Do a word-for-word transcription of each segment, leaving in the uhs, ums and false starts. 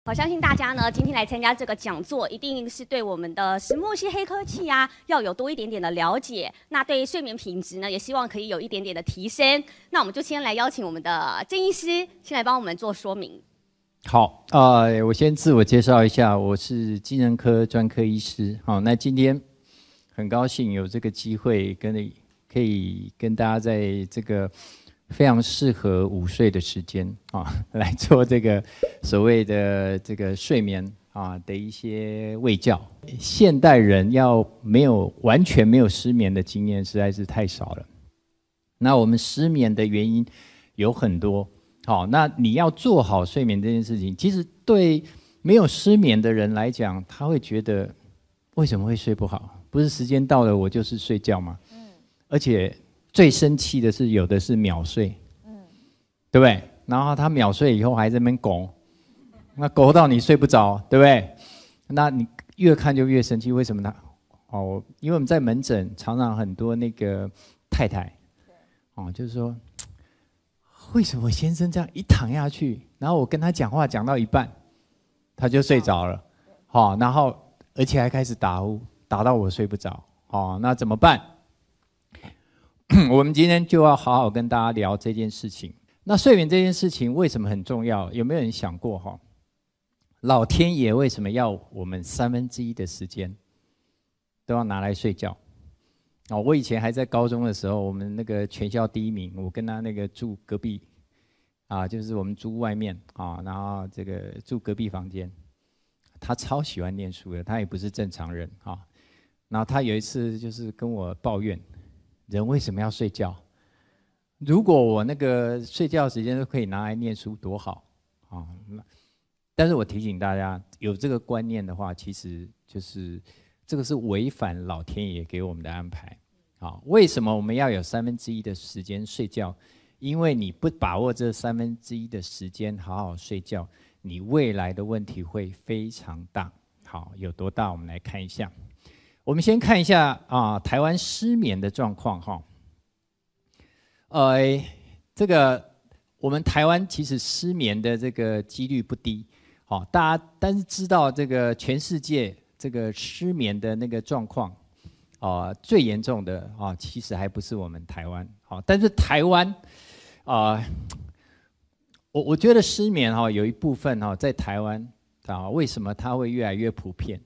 我相信大家呢，今天来参加这个讲座，一定是对我们的石墨烯黑科技啊，要有多一点点的了解。那对睡眠品质呢，也希望可以有一点点的提升。那我们就先来邀请我们的郑医师，先来帮我们做说明。 好，呃，我先自我介绍一下，我是精神科专科医师。好，那今天很高兴有这个机会跟你可以跟大家在这个非常适合午睡的时间啊，来做这个所谓的这个睡眠啊的一些卫教。现代人要没有完全没有失眠的经验实在是太少了。那我们失眠的原因有很多，好，那你要做好睡眠这件事情，其实对没有失眠的人来讲，他会觉得为什么会睡不好？不是时间到了我就是睡觉吗？嗯，而且最生气的是，有的是秒睡，嗯，对不对？然后他秒睡以后还在那边拱，那拱到你睡不着，对不对？那你越看就越生气，为什么呢？哦，因为我们在门诊常常很多那个太太，哦，就是说，为什么我先生这样一躺下去，然后我跟他讲话讲到一半，他就睡着了，好，然后而且还开始打呼，打到我睡不着，哦，那怎么办？我们今天就要好好跟大家聊这件事情。那睡眠这件事情为什么很重要？有没有人想过哈？老天爷为什么要我们三分之一的时间都要拿来睡觉？哦，我以前还在高中的时候，我们那个全校第一名，我跟他那个住隔壁，啊，就是我们租外面啊，然后这个住隔壁房间，他超喜欢念书的，他也不是正常人啊。然后他有一次就是跟我抱怨。人为什么要睡觉？如果我那个睡觉的时间都可以拿来念书，多好啊！但是我提醒大家，有这个观念的话，其实就是这个是违反老天爷给我们的安排。啊，为什么我们要有三分之一的时间睡觉？因为你不把握这三分之一的时间好好睡觉，你未来的问题会非常大。好，有多大？我们来看一下。我们先看一下啊，台湾失眠的状况哈。呃，这个我们台湾其实失眠的这个几率不低，好，大家但是知道这个全世界这个失眠的那个状况啊，最严重的啊，其实还不是我们台湾，好，但是台湾啊，我我觉得失眠哈有一部分哈在台湾啊，为什么它会越来越普遍？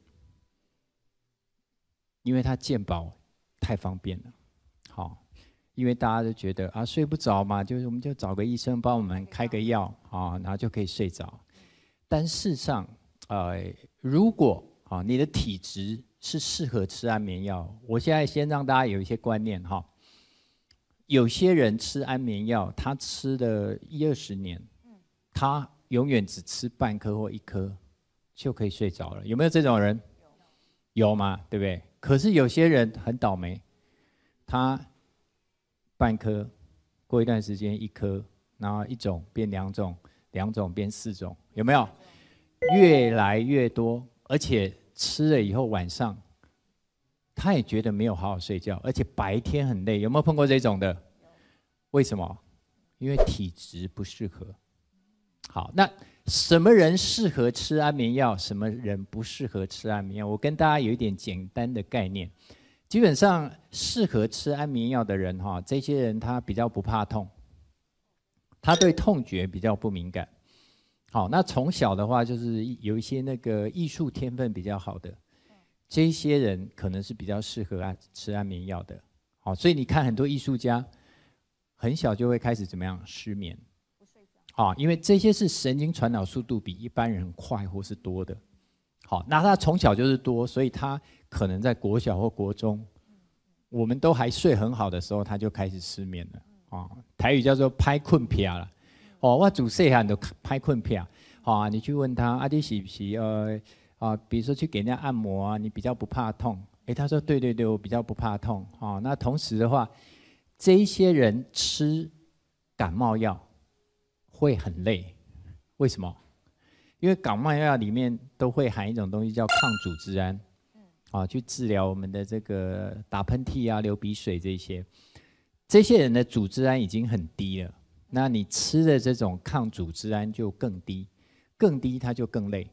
因为它健保太方便了，好，因为大家都觉得啊睡不着嘛，就是我们就找个医生帮我们开个药啊，然后就可以睡着。但事实上，呃，如果啊你的体质是适合吃安眠药，我现在先让大家有一些观念哈。有些人吃安眠药，他吃了一二十年，他永远只吃半颗或一颗就可以睡着了，有没有这种人？有嘛，对不对？可是有些人很倒霉，他半颗，过一段时间一颗，然后一种变两种，两种变四种，有没有？越来越多，而且吃了以后晚上，他也觉得没有好好睡觉，而且白天很累，有没有碰过这种的？为什么？因为体质不适合。好，那什么人适合吃安眠药，什么人不适合吃安眠药？我跟大家有一点简单的概念。基本上适合吃安眠药的人哈，这些人他比较不怕痛，他对痛觉比较不敏感。好，那从小的话就是有一些那个艺术天分比较好的，这些人可能是比较适合安吃安眠药的。好，所以你看很多艺术家很小就会开始怎么样失眠。啊，因为这些是神经传导速度比一般人快或是多的，好，那他从小就是多，所以他可能在国小或国中，我们都还睡很好的时候，他就开始失眠了。啊，台语叫做拍困片了。哦，我自细汉就拍困片。啊，你去问他，啊，你是不是呃啊，比如说去给人家按摩啊，你比较不怕痛？哎，他说对对对，我比较不怕痛。啊，那同时的话，这一些人吃感冒药会很累，为什么？因为感冒药里面都会含一种东西叫抗组织胺，啊，去治疗我们的这个打喷嚏啊、流鼻水这些。这些人的组织胺已经很低了，那你吃的这种抗组织胺就更低，更低它就更累。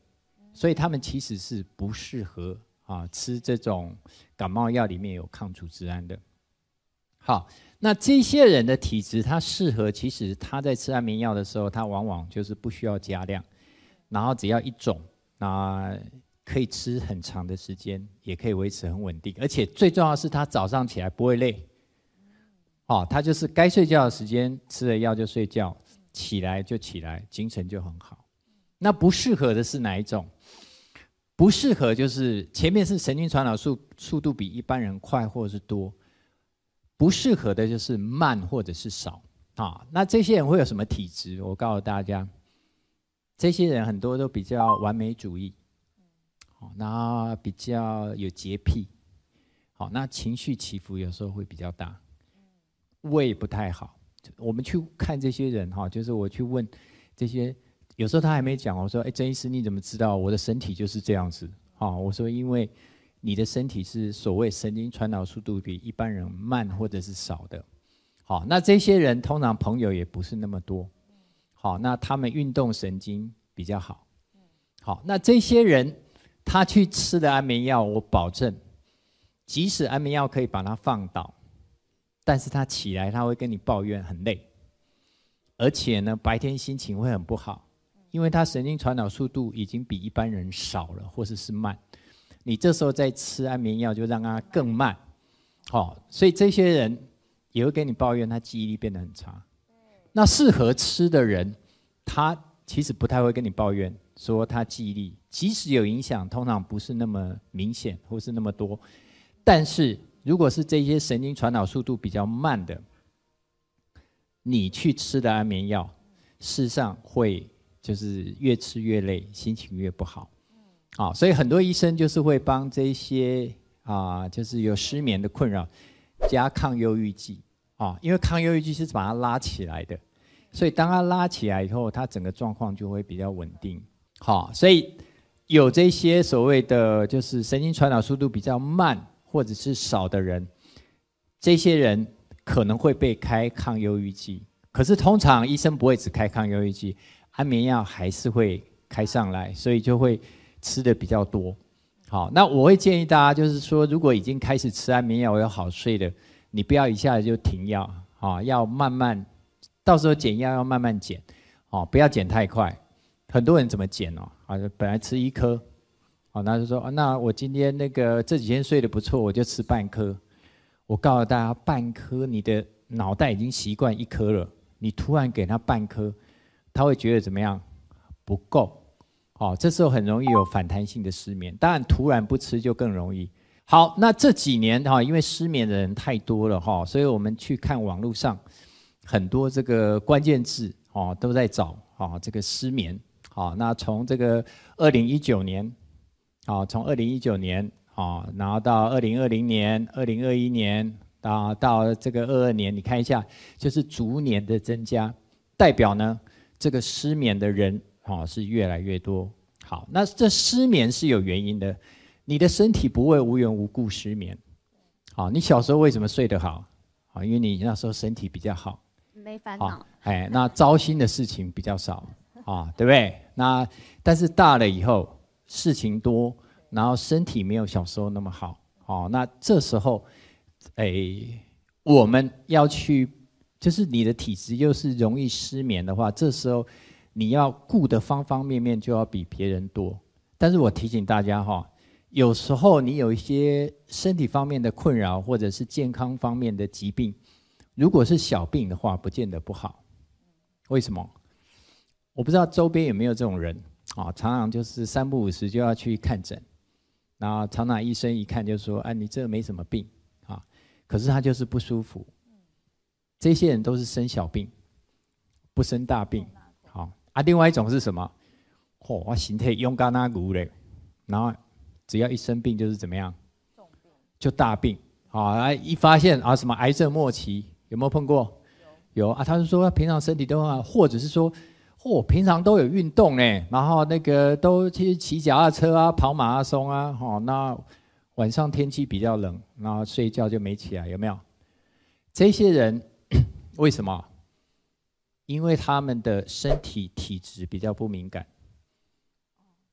所以他们其实是不适合啊吃这种感冒药里面有抗组织胺的。好，那这些人的体质，他适合，其实他在吃安眠药的时候，他往往就是不需要加量，然后只要一种，那可以吃很长的时间，也可以维持很稳定，而且最重要的是，他早上起来不会累。哦，他就是该睡觉的时间吃了药就睡觉，起来就起来，精神就很好。那不适合的是哪一种？不适合就是前面是神经传导速速度比一般人快或者是多。不适合的就是慢或者是少啊。那这些人会有什么体质？我告诉大家，这些人很多都比较完美主义，好，那比较有洁癖，好，那情绪起伏有时候会比较大，胃不太好。我们去看这些人哈，就是我去问这些，有时候他还没讲，我说：“哎，曾医师你怎么知道我的身体就是这样子？”啊，我说因为。你的身体是所谓神经传导速度比一般人慢或者是少的，好，那这些人通常朋友也不是那么多，好，那他们运动神经比较好，好，那这些人他去吃的安眠药，我保证，即使安眠药可以把他放倒，但是他起来他会跟你抱怨很累，而且呢白天心情会很不好，因为他神经传导速度已经比一般人少了，或者是慢。你这时候再吃安眠药，就让它更慢，好、哦，所以这些人也会跟你抱怨，他记忆力变得很差。那适合吃的人，他其实不太会跟你抱怨，说他记忆力即使有影响，通常不是那么明显或是那么多。但是如果是这些神经传导速度比较慢的，你去吃的安眠药，事实上会就是越吃越累，心情越不好。啊，所以很多医生就是会帮这些啊，就是有失眠的困扰，加抗忧郁剂啊，因为抗忧郁剂是把它拉起来的，所以当它拉起来以后，它整个状况就会比较稳定。好，所以有这些所谓的就是神经传导速度比较慢或者是少的人，这些人可能会被开抗忧郁剂，可是通常医生不会只开抗忧郁剂，安眠药还是会开上来，所以就会。吃的比较多，好，那我会建议大家，就是说，如果已经开始吃安眠药有好睡的，你不要一下子就停药，啊，要慢慢，到时候减药要慢慢减，哦，不要减太快。很多人怎么减哦？啊，本来吃一颗，好，那就说，啊，那我今天那个这几天睡得不错，我就吃半颗。我告诉大家，半颗你的脑袋已经习惯一颗了，你突然给他半颗，他会觉得怎么样？不够。哦，这时候很容易有反弹性的失眠，当然突然不吃就更容易。好，那这几年哈，因为失眠的人太多了哈，所以我们去看网络上很多这个关键字哦，都在找啊这个失眠。好，那从这个二零一九年，啊，从二零一九年啊，然后到二零二零年、二零二一年，到到这个二二年，你看一下，就是逐年的增加，代表呢这个失眠的人。哦，是越来越多。好，那这失眠是有原因的，你的身体不会无缘无故失眠。好，你小时候为什么睡得好？好，因为你那时候身体比较好， 没烦恼。 哎，那糟心的事情比较少啊，对不对？那但是大了以后事情多，然后身体没有小时候那么好。哦，那这时候，哎，我们要去，就是你的体质又是容易失眠的话，这时候。你要顾的方方面面就要比别人多，但是我提醒大家哈，有时候你有一些身体方面的困扰，或者是健康方面的疾病，如果是小病的话，不见得不好。为什么？我不知道周边有没有这种人啊，常常就是三不五时就要去看诊，然后常常医生一看就说：“啊，你这没什么病啊。”可是他就是不舒服。这些人都是生小病，不生大病。啊，另外一种是什么？哦，我身体勇敢那股嘞，然后只要一生病就是怎么样？就大病啊！一发现啊，什么癌症末期，有没有碰过？有, 有啊，他就说平常身体都很好，或者是说，哦，平常都有运动呢，然后那个都去骑脚踏车啊，跑马拉松啊，哦，那晚上天气比较冷，然后睡觉就没起来，有没有？这些人为什么？因为他们的身体体质比较不敏感，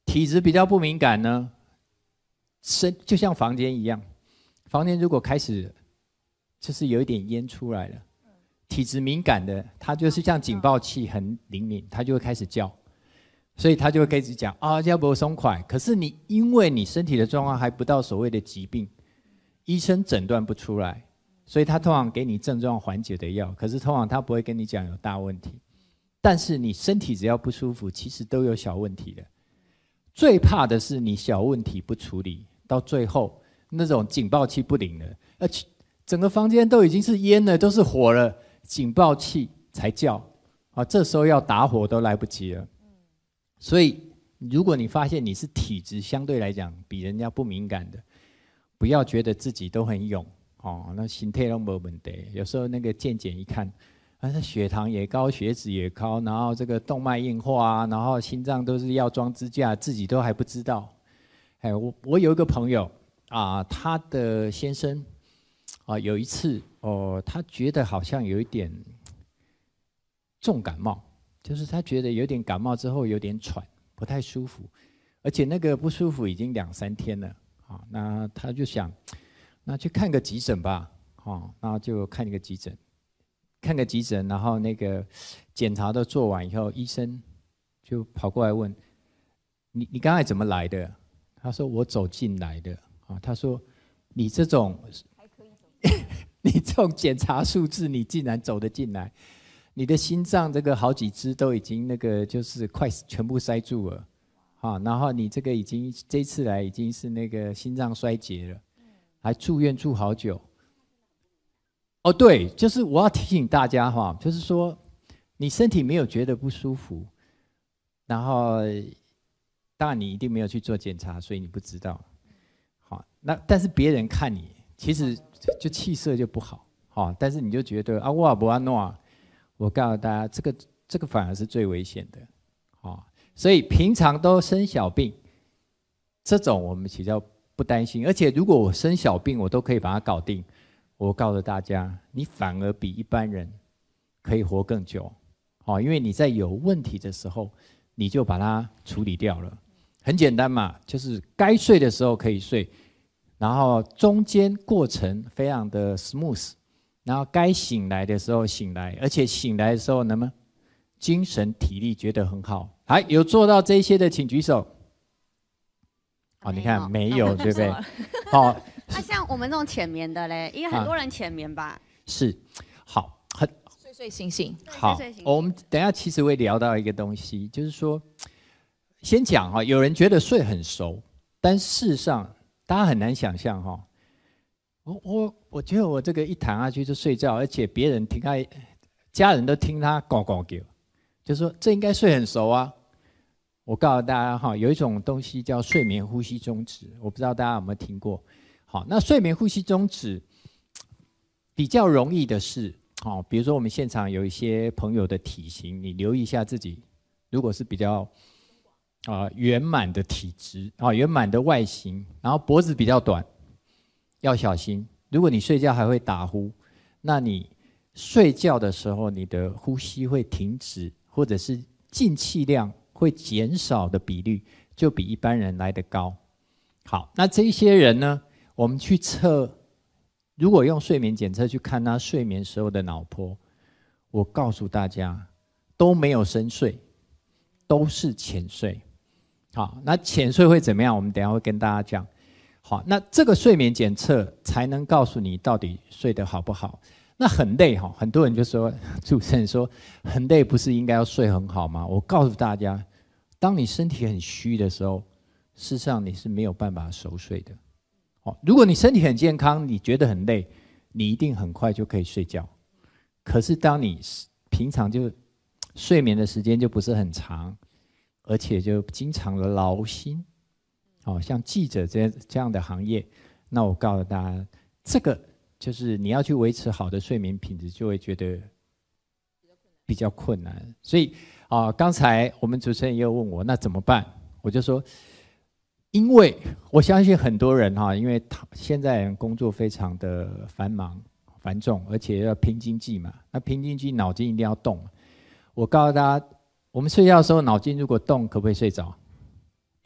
体质比较不敏感呢，身就像房间一样，房间如果开始就是有一点烟出来了，体质敏感的，它就是像警报器很灵敏，它就会开始叫，所以它就会开始讲啊，要不松快。可是你因为你身体的状况还不到所谓的疾病，医生诊断不出来，所以他通常给你症状缓解的药，可是通常他不会跟你讲有大问题。但是你身体只要不舒服，其实都有小问题的。最怕的是你小问题不处理，到最后那种警报器不灵了，而且整个房间都已经是烟了，都是火了，警报器才叫啊！这时候要打火都来不及了。所以，如果你发现你是体质相对来讲比人家不敏感的，不要觉得自己都很勇哦，那心态都没问题。有时候那个健检一看。啊，血糖也高，血脂也高，然后这个动脉硬化啊，然后心脏都是要装支架，自己都还不知道。哎，我我有一个朋友啊，他的先生啊，有一次哦，他觉得好像有一点重感冒，就是他觉得有点感冒之后有点喘，不太舒服，而且那个不舒服已经两三天了啊。那他就想，那去看个急诊吧，哦，那就看一个急诊。看个急诊，然后那个检查都做完以后，医生就跑过来问你：“你刚才怎么来的？”他说：“我走进来的。”啊，他说：“你这种还可以走，你这种检查数字，你竟然走得进来？你的心脏这个好几支都已经那个就是快全部塞住了，啊，然后你这个已经这次来已经是那个心脏衰竭了，还住院住好久。”哦，对，就是我要提醒大家哈，就是说，你身体没有觉得不舒服，然后，当然你一定没有去做检查，所以你不知道。好，那但是别人看你，其实就气色就不好，好，但是你就觉得啊，我不安诺，我告诉大家，这个这个反而是最危险的，好，所以平常都生小病，这种我们比较不担心，而且如果我生小病，我都可以把它搞定。我告诉大家，你反而比一般人可以活更久，哦，因为你在有问题的时候，你就把它处理掉了。很简单嘛，就是该睡的时候可以睡，然后中间过程非常的 smooth， 然后该醒来的时候醒来，而且醒来的时候，那么精神体力觉得很好。还有做到这些的，请举手。哦，你看没有，对不对？好。 那像我们这种浅眠的嘞，因为很多人浅眠吧。啊、 是，好，很睡睡醒醒。 好， 睡睡醒醒我们等一下其实会聊到一个东西，就是说，先讲哈，有人觉得睡很熟，但事实上大家很难想象哈。我我我觉得我这个一躺下去就睡觉，而且别人听他，家人都听他呱呱叫，就说这应该睡很熟啊。我告诉大家哈，有一种东西叫睡眠呼吸中止，我不知道大家有没有听过。好，那睡眠呼吸中止比较容易的是，好，比如说我们现场有一些朋友的体型，你留意一下自己，如果是比较啊圆满的体质啊圆满的外形，然后脖子比较短，要小心。如果你睡觉还会打呼，那你睡觉的时候你的呼吸会停止，或者是进气量会减少的比率，就比一般人来得高。好，那这些人呢？我们去测，如果用睡眠检测去看他睡眠时候的脑波，我告诉大家都没有深睡，都是浅睡。好，那浅睡会怎么样？我们等一下会跟大家讲。好，那这个睡眠检测才能告诉你到底睡得好不好。那很累哈，很多人就说，主持人说很累，不是应该要睡很好吗？我告诉大家，当你身体很虚的时候，事实上你是没有办法熟睡的。如果你身体很健康，你觉得很累，你一定很快就可以睡觉。可是当你平常就睡眠的时间就不是很长，而且就经常的劳心，哦，像记者这这样的行业，那我告诉大家，这个就是你要去维持好的睡眠品质，就会觉得比较困难。所以啊，刚才我们主持人也有问我，那怎么办？我就说。因为我相信很多人哈，因为他现在人工作非常的繁忙繁重，而且要拼经济嘛，那拼经济脑筋一定要动。我告诉大家，我们睡觉的时候脑筋如果动，可不可以睡着？不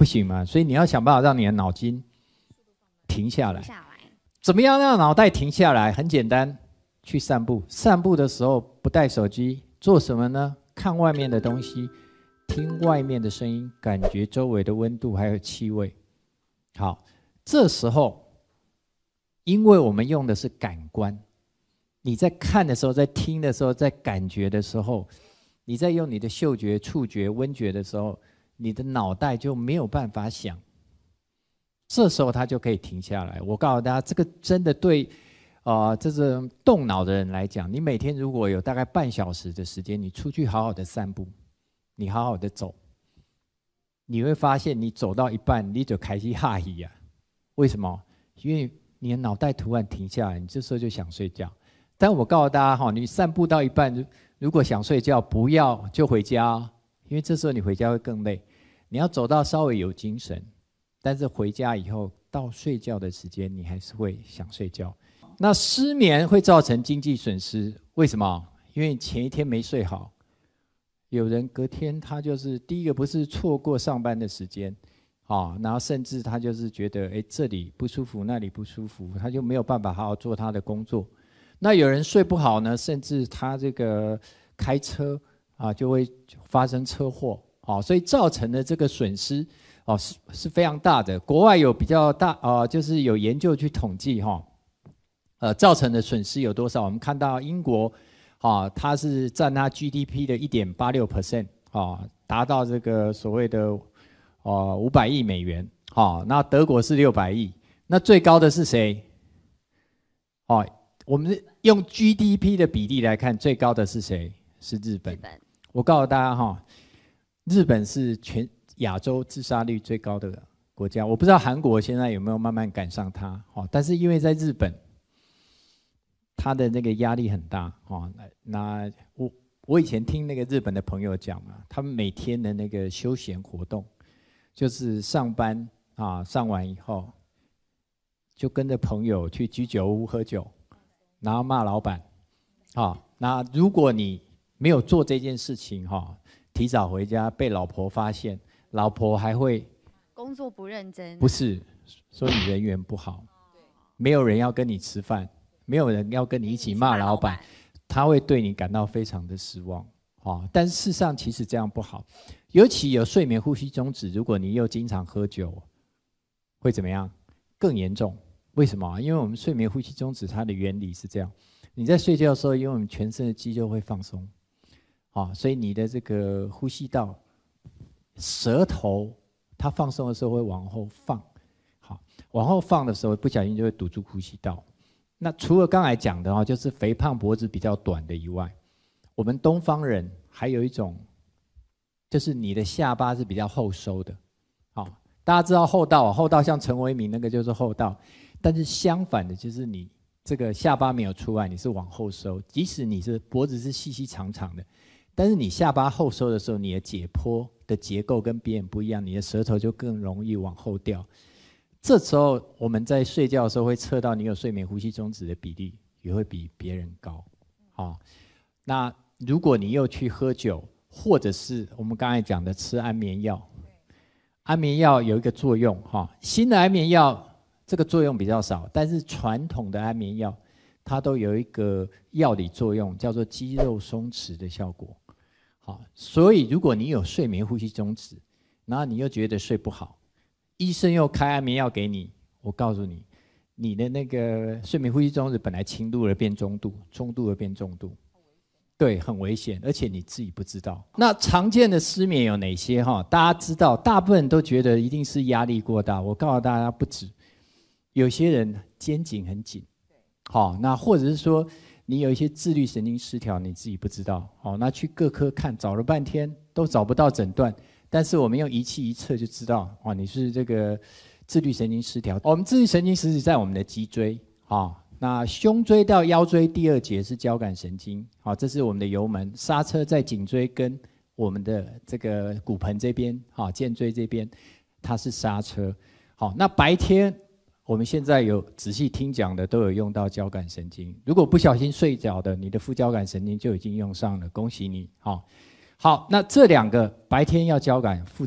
不行嘛，所以你要想办法让你的脑筋停下来。 停下来。 怎么样让脑袋停下来？很简单，去散步。散步的时候不带手机，做什么呢？看外面的东西，听外面的声音，感觉周围的温度还有气味。好，这时候，因为我们用的是感官，你在看的时候，在听的时候，在感觉的时候，你在用你的嗅觉、触觉、温觉的时候，你的脑袋就没有办法想。这时候它就可以停下来。我告诉大家，这个真的对，啊、呃，这种动脑的人来讲，你每天如果有大概半小时的时间，你出去好好的散步，你好好的走，你会发现你走到一半，你就开始哈气呀。为什么？因为你的脑袋突然停下来，你这时候就想睡觉。但我告诉大家哈，你散步到一半，如果想睡觉，不要就回家，因为这时候你回家会更累。你要走到稍微有精神。但是回家以后到睡觉的时间，你还是会想睡觉。那失眠会造成经济损失，为什么？因为前一天没睡好，有人隔天他就是第一个不是错过上班的时间，啊，然后甚至他就是觉得，哎，这里不舒服，那里不舒服，他就没有办法好好做他的工作。那有人睡不好呢，甚至他这个开车啊就会发生车祸，啊，所以造成的这个损失。哦，是是非常大的。国外有比较大啊、呃，就是有研究去统计哈、哦，呃，造成的损失有多少？我们看到英国，啊，它是占它 G D P 的 一点八六 percent 啊，达到这个所谓的哦五百亿美元。好、哦，那德国是六百亿，那最高的是谁？哦，我们用 G D P 的比例来看，最高的是谁？是日本。日本我告诉大家哈、哦，日本是全亚洲自杀率最高的国家，我不知道韩国现在有没有慢慢赶上它，哦，但是因为在日本，它的那个压力很大，哦，那我我以前听那个日本的朋友讲啊，他们每天的那个休闲活动，就是上班啊，上完以后，就跟着朋友去居酒屋喝酒，然后骂老板，啊，那如果你没有做这件事情，哈，提早回家被老婆发现。老婆还会工作不认真， 不是说你人缘不好，没有人要跟你吃饭，没有人要跟你一起骂老板，他会对你感到非常的失望，哦，但是事实上其实这样不好，尤其有睡眠呼吸中止，如果你又经常喝酒，会怎么样？更严重。为什么？因为我们睡眠呼吸中止它的原理是这样，你在睡觉的时候，因为我们全身的肌肉会放松，哦，所以你的这个呼吸道。舌头它放松的时候会往后放，好，往后放的时候不小心就会堵住呼吸道。那除了刚才讲的哈，就是肥胖脖子比较短的以外，我们东方人还有一种，就是你的下巴是比较后收的，好，大家知道后道，后道像陈为民那个就是后道，但是相反的就是你这个下巴没有出来，你是往后收，即使你是脖子是细细长长的。但是你下巴后收的时候，你的解剖的结构跟别人不一样，你的舌头就更容易往后掉。这时候我们在睡觉的时候会测到你有睡眠呼吸中止的比例也会比别人高。好、哦，那如果你又去喝酒，或者是我们刚才讲的吃安眠药，安眠药有一个作用哈、哦，新的安眠药这个作用比较少，但是传统的安眠药它都有一个药理作用，叫做肌肉松弛的效果。好，所以如果你有睡眠呼吸中止，然后你又觉得睡不好，医生又开安眠药给你，我告诉你，你的那个睡眠呼吸中止本来轻度的变中度，中度的变重度，对，很危险，而且你自己不知道。那常见的失眠有哪些哈？大家知道，大部分人都觉得一定是压力过大。我告诉大家不止，有些人肩颈很紧，好，那或者是说。你有一些自律神经失调，你自己不知道，好，那去各科看，找了半天都找不到诊断，但是我们用仪器一测就知道，哦，你是这个自律神经失调。我们自律神经实际在我们的脊椎，啊，那胸椎到腰椎第二节是交感神经，好，这是我们的油门，刹车在颈椎跟我们的这个骨盆这边，啊，肩椎这边，它是刹车。好，那白天。我们现在有仔细听讲的，都有用到交感神经。如果不小心睡着的，你的副交感神经就已经用上了，恭喜你。好，好，那这两个白天要交感，副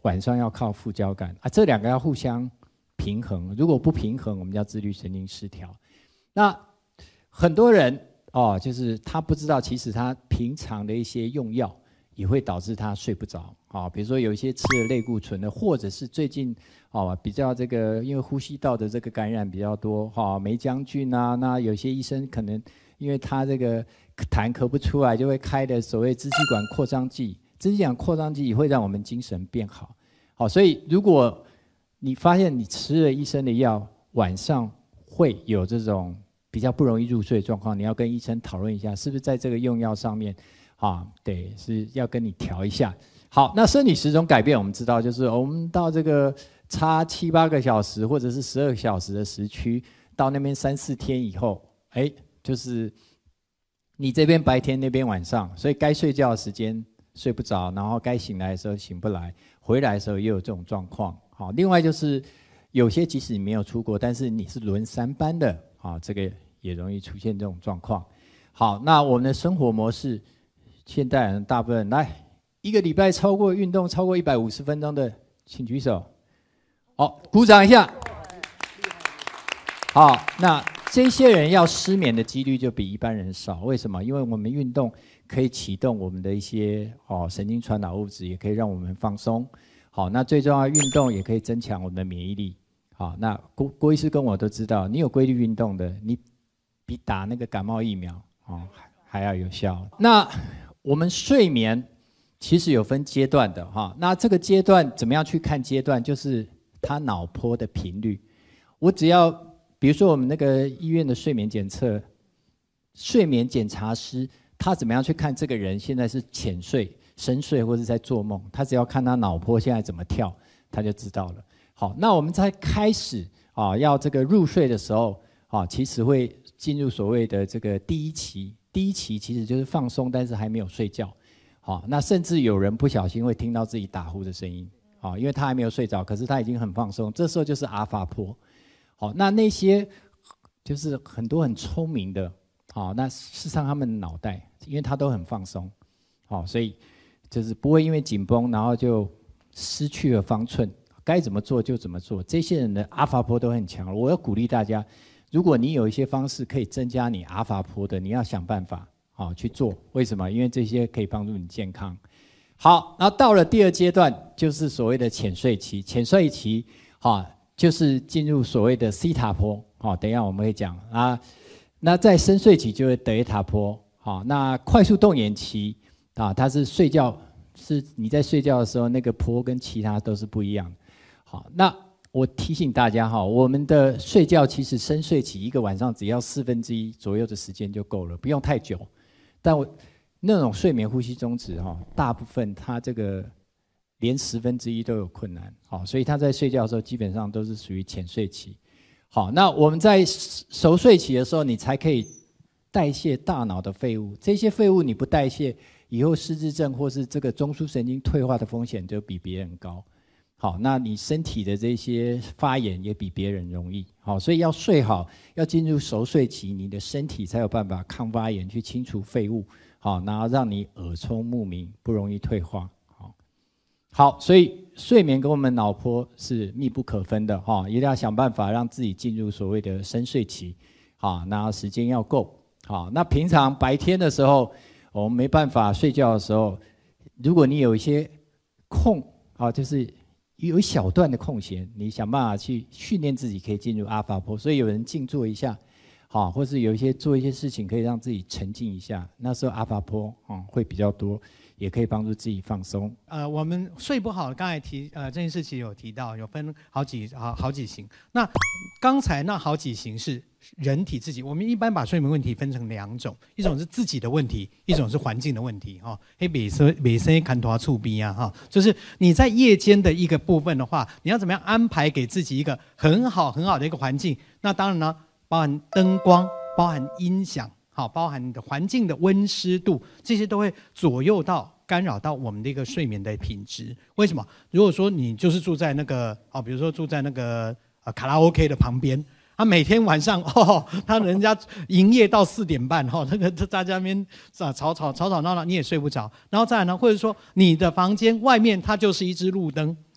晚上要靠副交感啊，这两个要互相平衡。如果不平衡，我们叫自律神经失调。那很多人哦，就是他不知道，其实他平常的一些用药也会导致他睡不着啊。比如说有一些吃了类固醇的，或者是最近哦比较这个，因为呼吸道的这个感染比较多哈，梅将军啊，那有些医生可能因为他这个痰咳不出来，就会开的所谓支气管扩张剂。支气管扩张剂也会让我们精神变好。好，所以如果你发现你吃了医生的药，晚上会有这种比较不容易入睡的状况，你要跟医生讨论一下，是不是在这个用药上面，啊，对，是要跟你调一下。好，那生理时钟改变，我们知道就是我们到这个差七八个小时或者是十二个小时的时区，到那边三四天以后，哎，就是你这边白天那边晚上，所以该睡觉的时间睡不着，然后该醒来的时候醒不来，回来的时候也有这种状况。好，另外就是有些即使你没有出国，但是你是轮三班的，啊，这个也容易出现这种状况。好，那我们的生活模式，现代人大部分来一个礼拜超过运动超过一百五十分钟的，请举手。好，鼓掌一下。好，那这些人要失眠的几率就比一般人少。为什么？因为我们运动可以启动我们的一些哦神经传导物质，也可以让我们放松。好，那最重要，运动也可以增强我们的免疫力。好，那郭郭医师跟我都知道，你有规律运动的，你比打那个感冒疫苗哦还要有效。那我们睡眠其实有分阶段的哈，那这个阶段怎么样去看阶段？就是他脑波的频率。我只要比如说我们那个医院的睡眠检测，睡眠检查师他怎么样去看这个人现在是浅睡、深睡或是在做梦？他只要看他脑波现在怎么跳，他就知道了。好，那我们在开始啊要这个入睡的时候啊，其实会进入所谓的这个第一期。第一期其实就是放松，但是还没有睡觉。好，那甚至有人不小心会听到自己打呼的声音，啊，因为他还没有睡着，可是他已经很放松，这时候就是阿尔法波。好，那那些就是很多很聪明的，好，那事实上他们的脑袋，因为他都很放松，好，所以就是不会因为紧绷，然后就失去了方寸，该怎么做就怎么做。这些人的阿尔法波都很强。我要鼓励大家，如果你有一些方式可以增加你阿尔法波的，你要想办法好去做。为什么？因为这些可以帮助你健康。好，然后到了第二阶段，就是所谓的浅睡期。浅睡期，好。就是进入所谓的西塔波，好，等一下我们会讲啊。那在深睡期就是德尔塔波，好，那快速动眼期啊，它是睡觉，是你在睡觉的时候那个波跟其他都是不一样的。好，那我提醒大家哈，我们的睡觉其实深睡期一个晚上只要四分之一左右的时间就够了，不用太久。但我那种睡眠呼吸中止哈，大部分它这个。连十分之一都有困难，好，所以他在睡觉的时候基本上都是属于浅睡期。好，那我们在熟睡期的时候，你才可以代谢大脑的废物，这些废物你不代谢，以后失智症或是这个中枢神经退化的风险就比别人高。好，那你身体的这些发炎也比别人容易。好，所以要睡好，要进入熟睡期，你的身体才有办法抗发炎，去清除废物，好，然后让你耳聪目明，不容易退化。好，所以睡眠跟我们脑波是密不可分的哈，一定要想办法让自己进入所谓的深睡期，好，那时间要够，好，那平常白天的时候，我们没办法睡觉的时候，如果你有一些空，啊，就是有一小段的空闲，你想办法去训练自己可以进入阿尔法波，所以有人静坐一下，好，或是有一些做一些事情可以让自己沉静一下，那时候阿尔法波啊会比较多。也可以帮助自己放松。 呃，我们睡不好，刚才提呃这件事情有提到，有分好几好好几型。那刚才那好几型是人体自己，我们一般把睡眠问题分成两种，一种是自己的问题，一种是环境的问题。哈，黑美生美生看拖触逼啊，哈，就是你在夜间的一个部分的话，你要怎么样安排给自己一个很好很好的一个环境？那当然呢，包含灯光，包含音响。好，包含你的环境的温湿度，这些都会左右到、干扰到我们的一个睡眠的品质。为什么？如果说你就是住在那个，哦，比如说住在那个呃卡拉 OK 的旁边，他每天晚上哦，他人家营业到四点半，哈、哦，那个大家那边啊吵吵吵吵闹闹，你也睡不着。然后再来呢，或者说你的房间外面它就是一支路灯。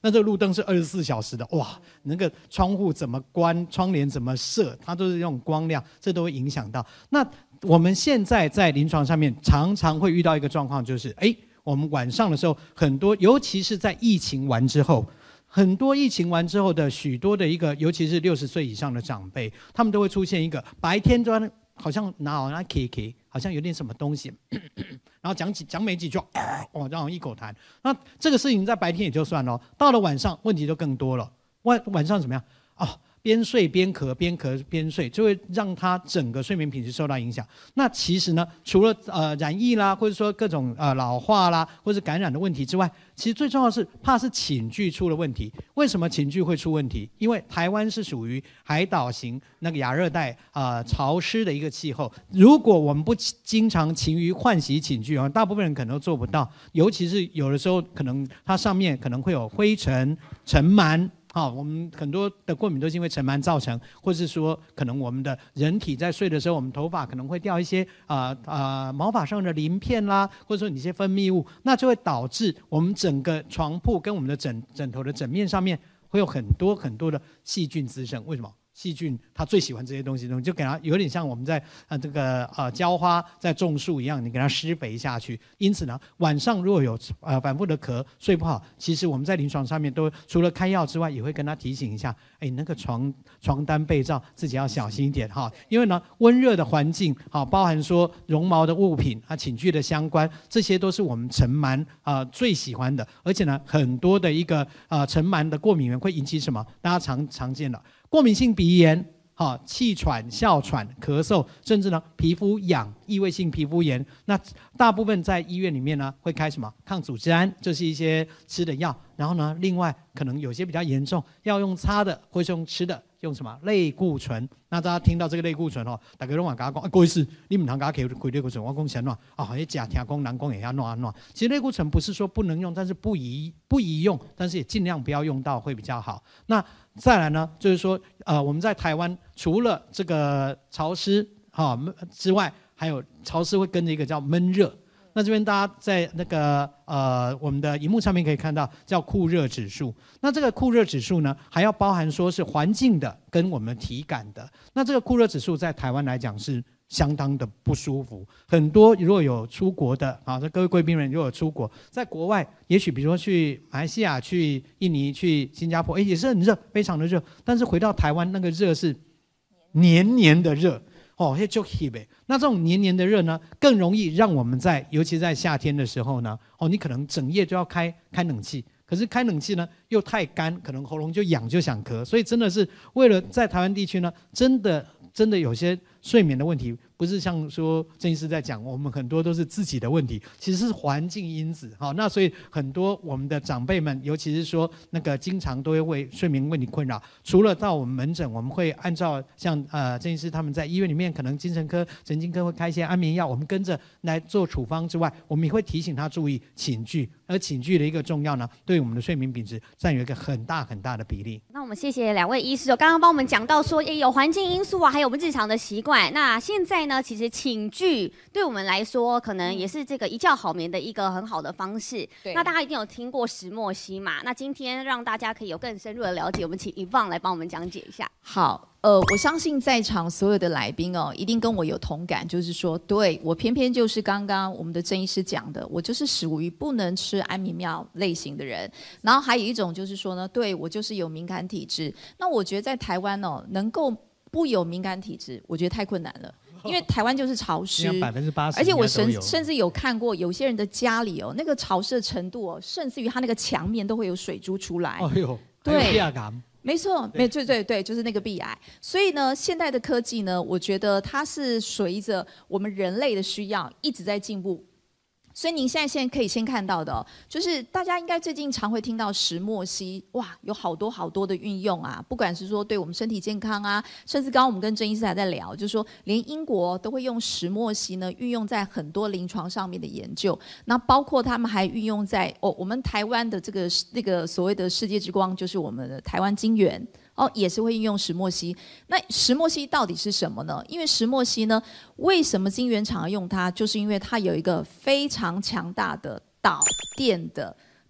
那这个路灯是二十四小时的，哇，那个窗户怎么关，窗帘怎么设，它都是用光亮，这都会影响到。那我们现在在临床上面常常会遇到一个状况，就是哎，我们晚上的时候很多，尤其是在疫情完之后。很多疫情完之后的许多的一个，尤其是六十岁以上的长辈，他们都会出现一个白天都好像拿好像 K K， 好像有点什么东西，咳咳然后讲几讲没几句，哦，然后一口痰。那这个事情在白天也就算了，到了晚上问题就更多了。晚晚上怎么样？哦，边睡边咳，边咳边睡，就会让他整个睡眠品质受到影响。那其实呢，除了呃染疫啦，或者说各种呃老化啦，或者是感染的问题之外，其实最重要的是怕是寝具出了问题。为什么寝具会出问题？因为台湾是属于海岛型那个亚热带啊、呃、潮湿的一个气候。如果我们不经常勤于换洗寝具啊，大部分人可能都做不到。尤其是有的时候，可能它上面可能会有灰尘、尘螨。好，我们很多的过敏都是因为尘螨造成，或是说可能我们的人体在睡的时候，我们头发可能会掉一些啊啊、呃呃、毛发上的鳞片啦，或者说你一些分泌物，那就会导致我们整个床铺跟我们的枕枕头的枕面上面会有很多很多的细菌滋生。为什么？细菌它最喜欢这些东西，就给它有点像我们在呃这个呃浇花在种树一样，你给它施肥下去。因此呢，晚上如果有呃反复的咳睡不好，其实我们在临床上面都除了开药之外，也会跟他提醒一下，哎，那个床床单被罩自己要小心一点哈，因为呢温热的环境好，包含说绒毛的物品啊、寝具的相关，这些都是我们尘螨啊、呃、最喜欢的。而且呢，很多的一个呃尘螨的过敏源会引起什么？大家常常见了。过敏性鼻炎、好气喘、哮喘、咳嗽，甚至呢皮肤痒、异位性皮肤炎。那大部分在医院里面呢会开什么抗组织胺，这是一些吃的药。然后呢，另外可能有些比较严重，要用擦的或是用吃的，用什么类固醇。那大家听到这个类固醇哦，大家都往跟他讲，郭医师，你们堂家给开类固醇，我讲什么啊？好像假听讲南讲也要弄啊弄。其实类固醇不是说不能用，但是不宜不宜用，但是也尽量不要用到会比较好。那再来呢，就是说，呃，我们在台湾除了这个潮湿哈、哦、之外，还有潮湿会跟着一个叫闷热。那这边大家在那个呃我们的萤幕上面可以看到叫酷热指数。那这个酷热指数呢，还要包含说是环境的跟我们体感的。那这个酷热指数在台湾来讲是相当的不舒服。很多如果有出国的啊，各位贵宾们如果有出国，在国外也许比如说去马来西亚、去印尼、去新加坡，哎，也是很热，非常的热。但是回到台湾，那个热是黏黏的热。哦，就 heat 那这种黏黏的热呢，更容易让我们在，尤其在夏天的时候呢，哦，你可能整夜就要开开冷气，可是开冷气呢又太干，可能喉咙就痒就想咳，所以真的是为了在台湾地区呢，真的真的有些睡眠的问题，不是像说郑医师在讲，我们很多都是自己的问题，其实是环境因子。好，那所以很多我们的长辈们，尤其是说那个经常都会为睡眠问题困扰，除了到我们门诊，我们会按照像呃郑医师他们在医院里面，可能精神科、神经科会开一些安眠药，我们跟着来做处方之外，我们也会提醒他注意寝具，而寝具的一个重要呢，对我们的睡眠品质占有一个很大很大的比例。 那我们谢谢两位医师哦，刚刚帮我们讲到说，也有环境因素啊，还有我们日常的习惯。那现在呢，其实寝具对我们来说，可能也是这个一觉好眠的一个很好的方式。那大家一定有听过石墨烯嘛？那今天让大家可以有更深入的了解，我们请Yvonne来帮我们讲解一下。 好。呃，我相信在场所有的来宾哦，一定跟我有同感，就是说，对我偏偏就是刚刚我们的郑医师讲的，我就是属于不能吃安眠药类型的人。然后还有一种就是说呢，对我就是有敏感体质。那我觉得在台湾哦，能够不有敏感体质，我觉得太困难了。因为台湾就是潮湿， 百分之八十， 而且我甚甚至有看过有些人的家里哦，那个潮湿的程度哦，甚至于他那个墙面都会有水珠出来。 哎呦， 对。 感没错，没对对对，就是那个鼻癌。所以呢，现代的科技呢，我觉得它是随着我们人类的需要一直在进步。所以您现在现在可以先看到的、哦，就是大家应该最近常会听到石墨烯，哇，有好多好多的运用啊，不管是说对我们身体健康啊，甚至刚刚我们跟郑医师还在聊，就是说连英国都会用石墨烯呢运用在很多临床上面的研究，那包括他们还运用在哦我们台湾的这个那个所谓的世界之光，就是我们的台湾晶圆。哦，也是会运用石墨烯。那石墨烯到底是什么呢？因为石墨烯呢，为什么晶圆厂要用它？就是因为它有一个非常强大的导电的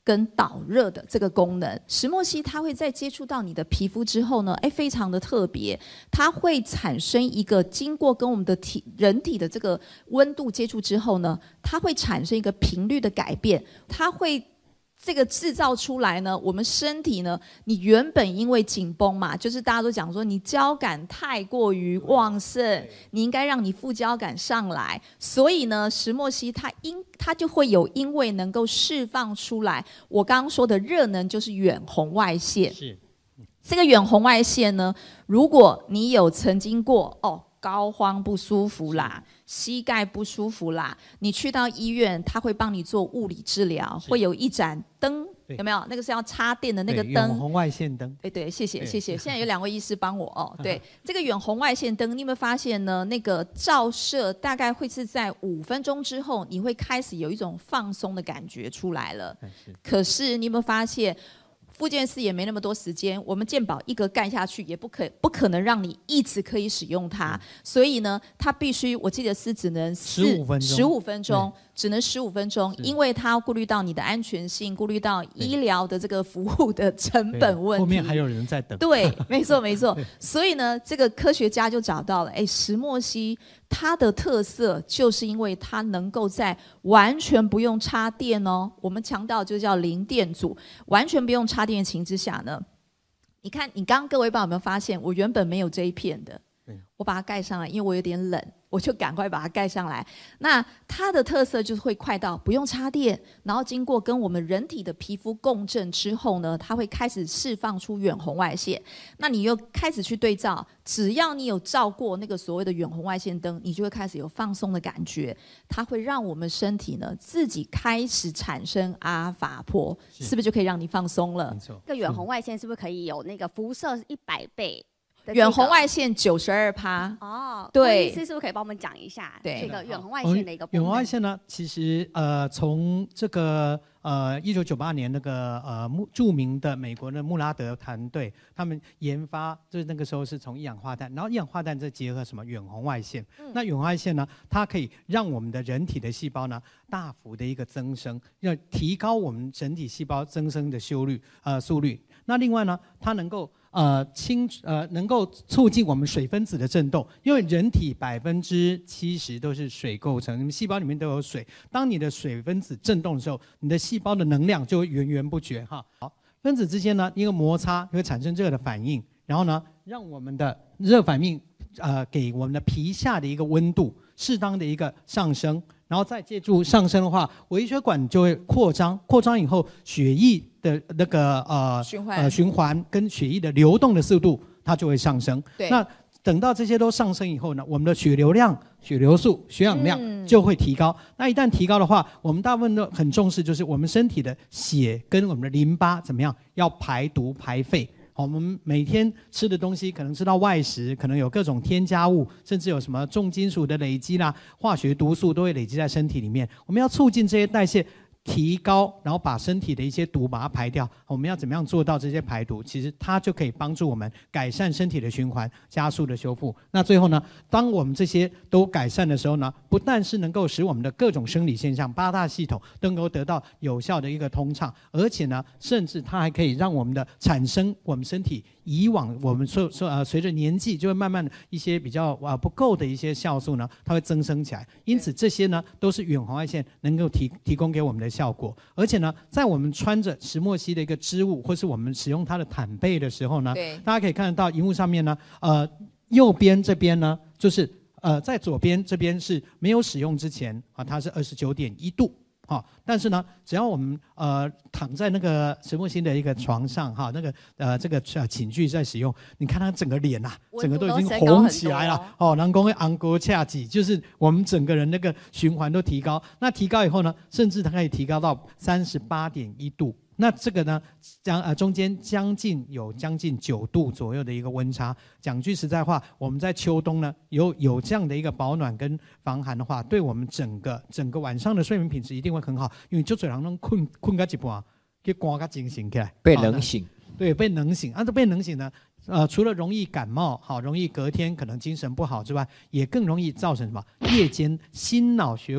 跟导热的这个功能。石墨烯它会在接触到你的皮肤之后呢，哎，非常的特别，它会产生一个经过跟我们的体人体的这个温度接触之后呢，它会产生一个频率的改变，它会这个制造出来呢，我们身体呢，你原本因为紧绷嘛，就是大家都讲说你交感太过于旺盛，你应该让你副交感上来，所以呢，石墨烯它因它就会有因为能够释放出来，我刚刚说的热能就是远红外线。 是， 这个远红外线呢，如果你有曾经过哦。膏肓不舒服啦，膝盖不舒服啦，你去到医院，他会帮你做物理治疗，会有一盏灯，有没有？那个是要插电的那个灯， 远红外线灯。 对对，谢谢谢谢。现在有两位医师帮我哦。对，这个远红外线灯，你有没有发现呢？那个照射大概会是在五分钟之后，你会开始有一种放松的感觉出来了。可是你有没有发现？复健师也没那么多时间，我们健保一个盖下去也不可不可能让你一直可以使用它，所以呢，它必须我记得是只能十五分钟， 十五分钟只能十五分钟，因为它要顾虑到你的安全性，顾虑到医疗的这个服务的成本问题。 后面还有人在等。 对，没错没错。所以呢，这个科学家就找到了，哎，石墨烯它的特色就是因为它能够在完全不用插电哦，我们强调就叫零电阻，完全不用插电的情之下呢，你看你刚刚各位爸有没有发现，我原本没有这一片的，我把它盖上来，因为我有点冷，我就赶快把它盖上来。那它的特色就是会快到不用插电，然后经过跟我们人体的皮肤共振之后呢，它会开始释放出远红外线。那你又开始去对照，只要你有照过那个所谓的远红外线灯，你就会开始有放松的感觉。它会让我们身体呢自己开始产生阿法波，是, 是不是就可以让你放松了？ 没错。 这个远红外线是不是可以有那个辐射一百倍？ 远红外线九十二趴哦， 对， 医师是不是可以帮我们讲一下这个远红外线的一个部分？ 远红外线呢，其实呃，从这个呃一九九八年那个呃著名的美国的穆拉德团队，他们研发，就是那个时候是从一氧化碳，然后一氧化碳再结合什么远红外线。嗯、那远红外线呢，它可以让我们的人体的细胞呢大幅的一个增生，要提高我们整体细胞增生的修率呃速率。那另外呢，它能够呃清呃能够促进我们水分子的振动，因为人体百分之七十都是水构成，你们细胞里面都有水。当你的水分子振动的时候，你的细胞的能量就会源源不绝哈。好，分子之间呢一个摩擦会产生热的反应，然后呢让我们的热反应呃给我们的皮下的一个温度适当的一个上升。然后再借助上升的话，微血管就会扩张，扩张以后，血液的那个呃循环呃循环跟血液的流动的速度，它就会上升。 对。 那等到这些都上升以后呢，我们的血流量、血流速、血氧量就会提高。嗯、那一旦提高的话，我们大部分都很重视，就是我们身体的血跟我们的淋巴怎么样，要排毒排废。好，我们每天吃的东西可能吃到外食，可能有各种添加物，甚至有什么重金属的累积啦、化学毒素都会累积在身体里面。我们要促进这些代谢提高，然后把身体的一些毒把它排掉。我们要怎么样做到这些排毒？其实它就可以帮助我们改善身体的循环，加速的修复。那最后呢，当我们这些都改善的时候呢，不但是能够使我们的各种生理现象、八大系统都能够得到有效的一个通畅，而且呢，甚至它还可以让我们的产生我们身体以往我们说说呃随着年纪就会慢慢的一些比较啊、呃、不够的一些酵素呢，它会增生起来。因此这些呢都是远红外线能够提提供给我们的效果。而且呢，在我们穿着石墨烯的一个织物，或是我们使用它的毯被的时候呢，大家可以看得到荧幕上面呢，呃，右边这边呢就是呃在左边这边是没有使用之前啊，它是二十九点一度。好、哦，但是呢，只要我们呃躺在那个石墨烯的一个床上哈，那个呃这个呃寝具在使用，你看它整个脸呐、啊，整个都已经红起来了哦，人讲会昂高恰脊，就是我们整个人那个循环都提高。那提高以后呢，甚至它可以提高到三十八点一度。那这个呢，将呃中间将近有将近九度左右的一个温差。讲句实在话，我们在秋冬呢有有这样的一个保暖跟防寒的话，对我们整个整个晚上的睡眠品质一定会很好。因为就嘴上能困困个一半，去刮个惊醒起来， 被冷醒。 对，被冷醒。啊，这被冷醒呢，呃，除了容易感冒，好，容易隔天可能精神不好之外，也更容易造成什么夜间心脑血管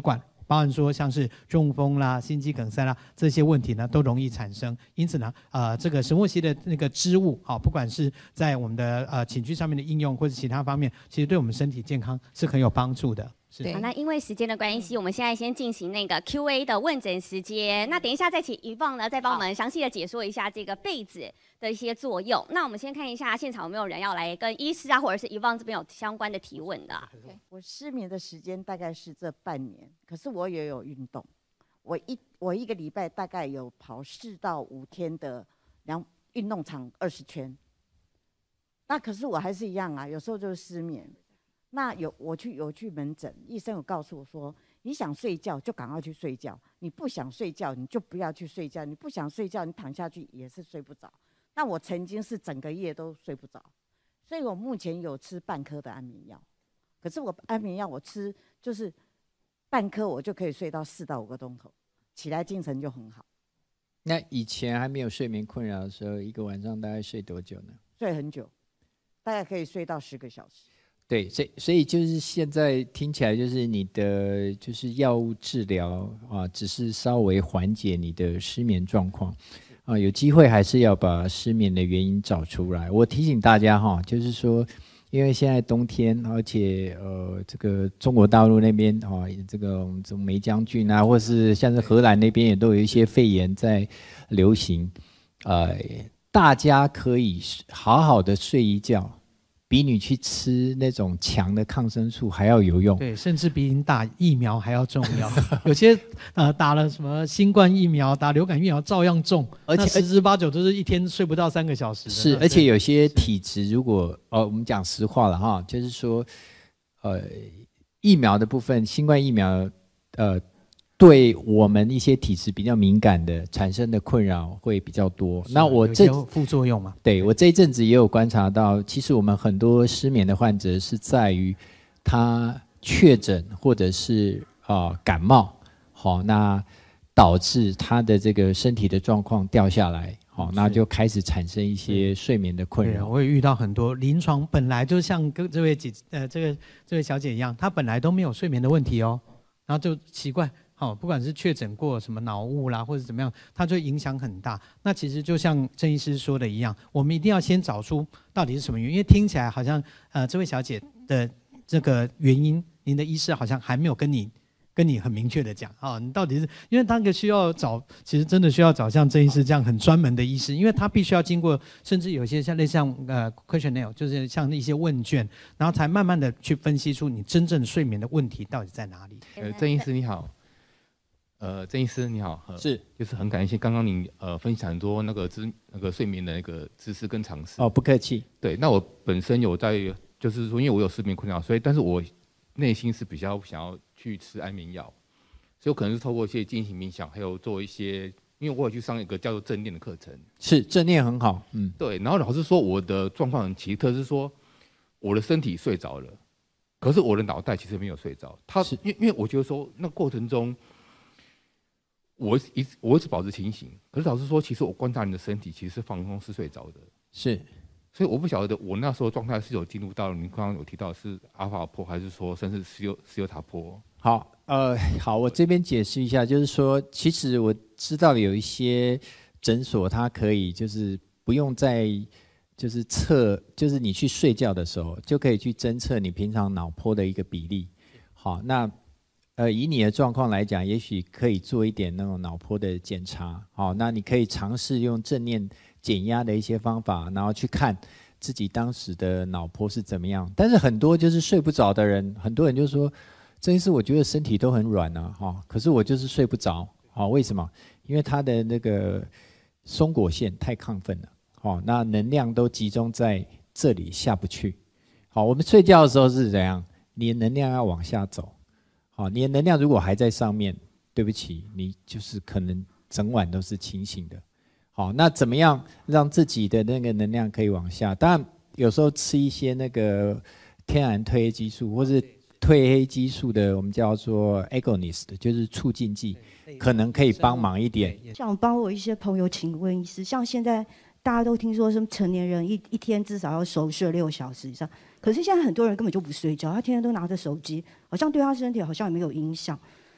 包含说像是中风啦、心肌梗塞啦这些问题呢，都容易产生。因此呢，呃，这个石墨烯的那个织物，好、哦，不管是在我们的呃寝具上面的应用，或者其他方面，其实对我们身体健康是很有帮助的。 对， 好，那因为时间的关系，我们现在先进行那个 Q A 的问诊时间。那等一下再请Yvonne呢，再帮我们详细的解说一下这个被子的一些作用。那我们先看一下现场有没有人要来跟医师啊，或者是Yvonne这边有相关的提问的。 我失眠的时间大概是这半年，可是我也有运动，我一我一个礼拜大概有跑四到五天的两运动场二十圈。那可是我还是一样啊，有时候就是失眠。那有我去有去门诊，医生有告诉我说，你想睡觉就赶快去睡觉，你不想睡觉你就不要去睡觉，你不想睡觉你躺下去也是睡不着。那我曾经是整个夜都睡不着，所以我目前有吃半颗的安眠药，可是我安眠药我吃就是半颗我就可以睡到四到五个钟头，起来精神就很好。 那以前还没有睡眠困扰的时候，一个晚上大概睡多久呢？ 睡很久，大概可以睡到十个小时。 对，所以所以就是现在听起来就是你的就是药物治疗啊，只是稍微缓解你的失眠状况啊，有机会还是要把失眠的原因找出来。我提醒大家哈，就是说，因为现在冬天，而且呃，这个中国大陆那边啊，这个这种梅将军啊，或是像是荷兰那边也都有一些肺炎在流行，呃，大家可以好好的睡一觉。比你去吃那种强的抗生素还要有用， 对，甚至比你打疫苗还要重要。有些呃打了什么新冠疫苗、打流感疫苗照样中，而且十之八九都是一天睡不到三个小时的。 是，而且有些体质如果呃我们讲实话了哈，就是说呃疫苗的部分，新冠疫苗呃。对我们一些体质比较敏感的产生的困扰会比较多。那我这副作用嘛， 对我这一阵子也有观察到，其实我们很多失眠的患者是在于他确诊或者是啊、呃、感冒，好、哦，那导致他的这个身体的状况掉下来，好、哦，那就开始产生一些睡眠的困扰。 我也遇到很多临床本来就像跟这位姐呃这个这位小姐一样，她本来都没有睡眠的问题哦，然后就奇怪。好，不管是确诊过什么脑雾啦，或者怎么样，它就影响很大。那其实就像郑医师说的一样，我们一定要先找出到底是什么原因，因为听起来好像呃这位小姐的这个原因，您的医师好像还没有跟你跟你很明确的讲啊，你到底是因为那个需要找，其实真的需要找像郑医师这样很专门的医师，因为他必须要经过，甚至有些像类似像呃 questionnaire， 就是像一些问卷，然后才慢慢的去分析出你真正睡眠的问题到底在哪里。 呃，郑医师你好。呃，郑医师你好，呃、 是， 就是很感谢刚刚您呃分享很多那个知那个睡眠的那个知识跟常识。 哦，不客气。 对，那我本身有在，就是说，因为我有失眠困扰，所以但是我内心是比较想要去吃安眠药，所以我可能是透过一些进行冥想，还有做一些，因为我有去上一个叫做正念的课程。 是，正念很好，嗯， 对。然后老师说我的状况很奇特，是说我的身体睡着了，可是我的脑袋其实没有睡着。他因为因为我觉得说那过程中。我一直我一直保持清醒，可是老师说，其实我观察你的身体，其实是放松是睡着的， 是， 所以我不晓得我那时候状态是有进入到你刚刚有提到是阿尔法波，还是说甚至斯尤斯尤塔波？ 好，呃，好，我这边解释一下，就是说，其实我知道有一些诊所，它可以就是不用在就是测，就是你去睡觉的时候，就可以去侦测你平常脑波的一个比例。好，那。呃，以你的状况来讲，也许可以做一点那种脑波的检查，好、哦，那你可以尝试用正念减压的一些方法，然后去看自己当时的脑波是怎么样。但是很多就是睡不着的人，很多人就说，这一次我觉得身体都很软啊，哈、哦，可是我就是睡不着，好、哦，为什么？因为他的那个松果腺太亢奋了，好、哦，那能量都集中在这里下不去。好，我们睡觉的时候是怎样？你的能量要往下走。好，你的能量如果还在上面，对不起，你就是可能整晚都是清醒的。好，那怎么样让自己的那个能量可以往下？当然，有时候吃一些那个天然褪黑激素或是褪黑激素的，我们叫做 agonist， 就是促进剂，可能可以帮忙一点。 想帮我一些朋友请问医师，像现在大家都听说什么成年人一一天至少要熟睡六小时以上。可是现在很多人根本就不睡觉，他天天都拿着手机，好像对他身体好像也没有影响。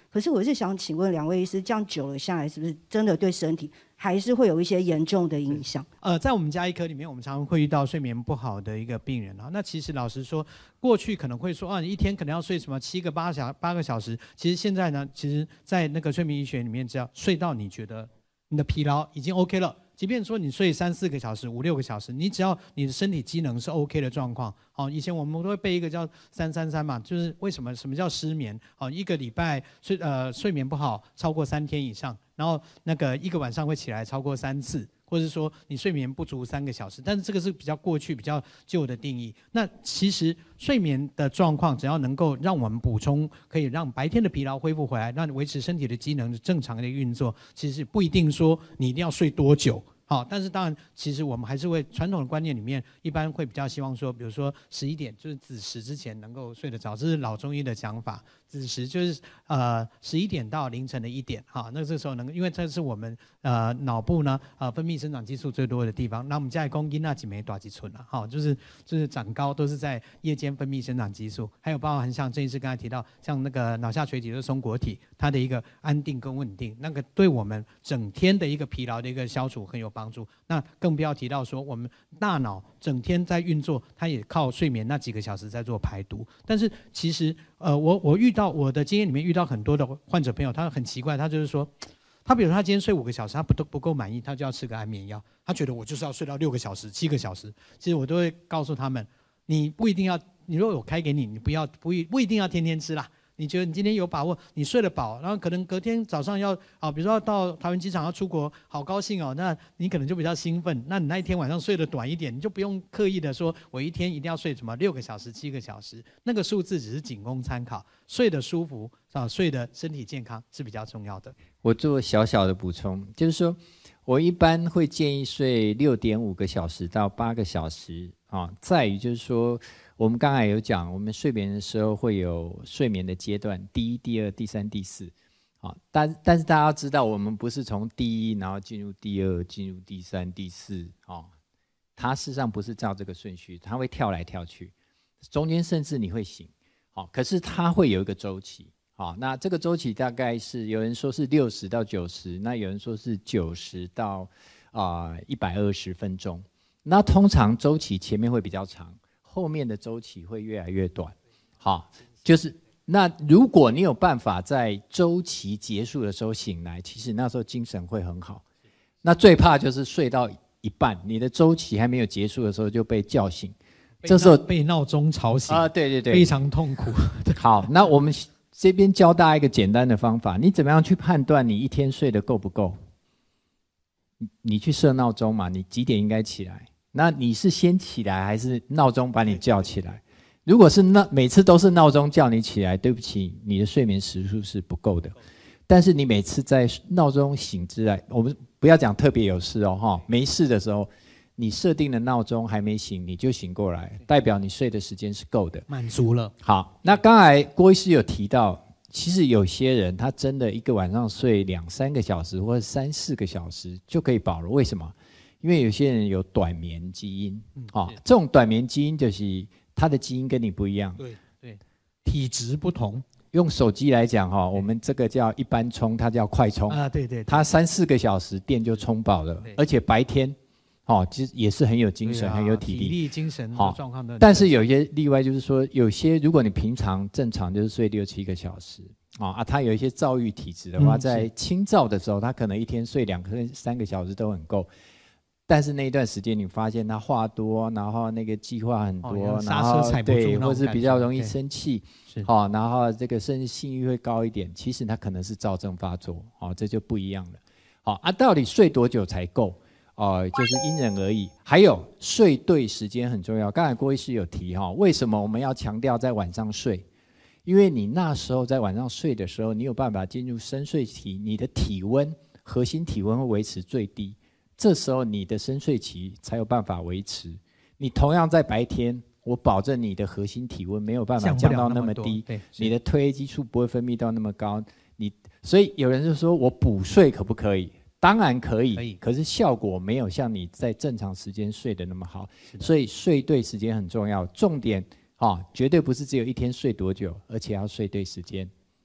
可是我是想请问两位医师，这样久了下来，是不是真的对身体还是会有一些严重的影响？ 呃，在我们家医科里面，我们常常会遇到睡眠不好的一个病人啊。那其实老实说，过去可能会说啊，你一天可能要睡什么七个八小八个小时。其实现在呢，其实在那个睡眠医学里面，只要睡到你觉得你的疲劳已经 OK 了。即便说你睡三四个小时、五六个小时，你只要你的身体机能是 OK 的状况，好，以前我们都会背一个叫三三三嘛，就是为什么什么叫失眠？好，一个礼拜睡呃睡眠不好超过三天以上，然后那个一个晚上会起来超过三次，或者说你睡眠不足三个小时，但是这个是比较过去比较旧的定义。那其实睡眠的状况，只要能够让我们补充，可以让白天的疲劳恢复回来，让你维持身体的机能正常的运作，其实不一定说你一定要睡多久。好，但是当然，其实我们还是会传统的观念里面，一般会比较希望说，比如说十一点就是子时之前能够睡得着，这是老中医的讲法。子时就是呃十一点到凌晨的一点，哈，那这时候能，因为这是我们呃脑部呢呃分泌生长激素最多的地方。那我们家里公斤那几枚大几寸了，哈，就是就是长高都是在夜间分泌生长激素，还有包含像郑医师刚才提到，像那个脑下垂体的松果体，它的一个安定跟稳定，那个对我们整天的一个疲劳的一个消除很有帮助。那更不要提到说我们大脑整天在运作，它也靠睡眠那几个小时在做排毒。但是其实呃我我遇到我的经验里面遇到很多的患者朋友，他很奇怪，他就是说，他比如说他今天睡五个小时，他不都不够满意，他就要吃个安眠药，他觉得我就是要睡到六个小时、七个小时。其实我都会告诉他们，你不一定要，你如果有开给你，你不要不一不一定要天天吃啦。你觉得你今天有把握，你睡得饱，然后可能隔天早上要啊，比如说要到桃园机场要出国，好高兴哦，那你可能就比较兴奋。那你那一天晚上睡得短一点，你就不用刻意的说，我一天一定要睡什么六个小时、七个小时，那个数字只是仅供参考。睡得舒服啊，睡得身体健康是比较重要的。 我做小小的补充，就是说我一般会建议睡六点五个小时到八个小时啊，在于就是说。我们刚才有讲，我们睡眠的时候会有睡眠的阶段，第一、第二、第三、第四，啊，但但是大家要知道，我们不是从第一然后进入第二，进入第三、第四，啊，它事实上不是照这个顺序，它会跳来跳去，中间甚至你会醒，好，可是它会有一个周期，好，那这个周期大概是有人说是六十到九十，那有人说是九十到啊一百二十分钟，那通常周期前面会比较长。后面的周期会越来越短，好，就是那如果你有办法在周期结束的时候醒来，其实那时候精神会很好。那最怕就是睡到一半，你的周期还没有结束的时候就被叫醒，这时候被闹钟吵醒啊，对对对， 非常痛苦。 好，那我们这边教大家一个简单的方法，你怎么样去判断你一天睡得够不够？你去设闹钟嘛，你几点应该起来？那你是先起来还是闹钟把你叫起来？如果是闹每次都是闹钟叫你起来，对不起，你的睡眠时数是不够的。但是你每次在闹钟醒之来，我们不要讲特别有事哦，哈，没事的时候，你设定的闹钟还没醒，你就醒过来，代表你睡的时间是够的， 满足了。 好，那刚才郭医师有提到，其实有些人他真的一个晚上睡两三个小时或者三四个小时就可以饱了，为什么？因为有些人有短眠基因，嗯哦、这种短眠基因就是他的基因跟你不一样， 对对，体质不同。 用手机来讲哈，我们这个叫一般充，它叫快充啊，对 对, 对， 它三四个小时电就充饱了，而且白天，哦，其实也是很有精神，啊、很有体力、 体力、精神的状况的。 但是有一些例外，就是说，有些如果你平常正常就是睡六七个小时，啊啊，他有一些躁郁体质的话，嗯、在清躁的时候，他可能一天睡两个三个小时都很够。但是那一段时间，你发现他话多，然后那个计划很多， 哦、 然后对，或是比较容易对生气，好、哦，然后这个甚至性欲会高一点。其实他可能是躁症发作，哦，这就不一样了。好、哦、啊，到底睡多久才够？哦，就是因人而异。还有睡对时间很重要。刚才郭医师有提哈、哦，为什么我们要强调在晚上睡？因为你那时候在晚上睡的时候，你有办法进入深睡期，你的体温、核心体温会维持最低。这时候你的深睡期才有办法维持。你同样在白天，我保证你的核心体温没有办法降到那么低，你的褪黑激素不会分泌到那么高。你所以有人就说我补睡可不可以？当然可以，可以，可是效果没有像你在正常时间睡得那么好。所以睡对时间很重要。重点啊、哦，绝对不是只有一天睡多久，而且要睡对时间。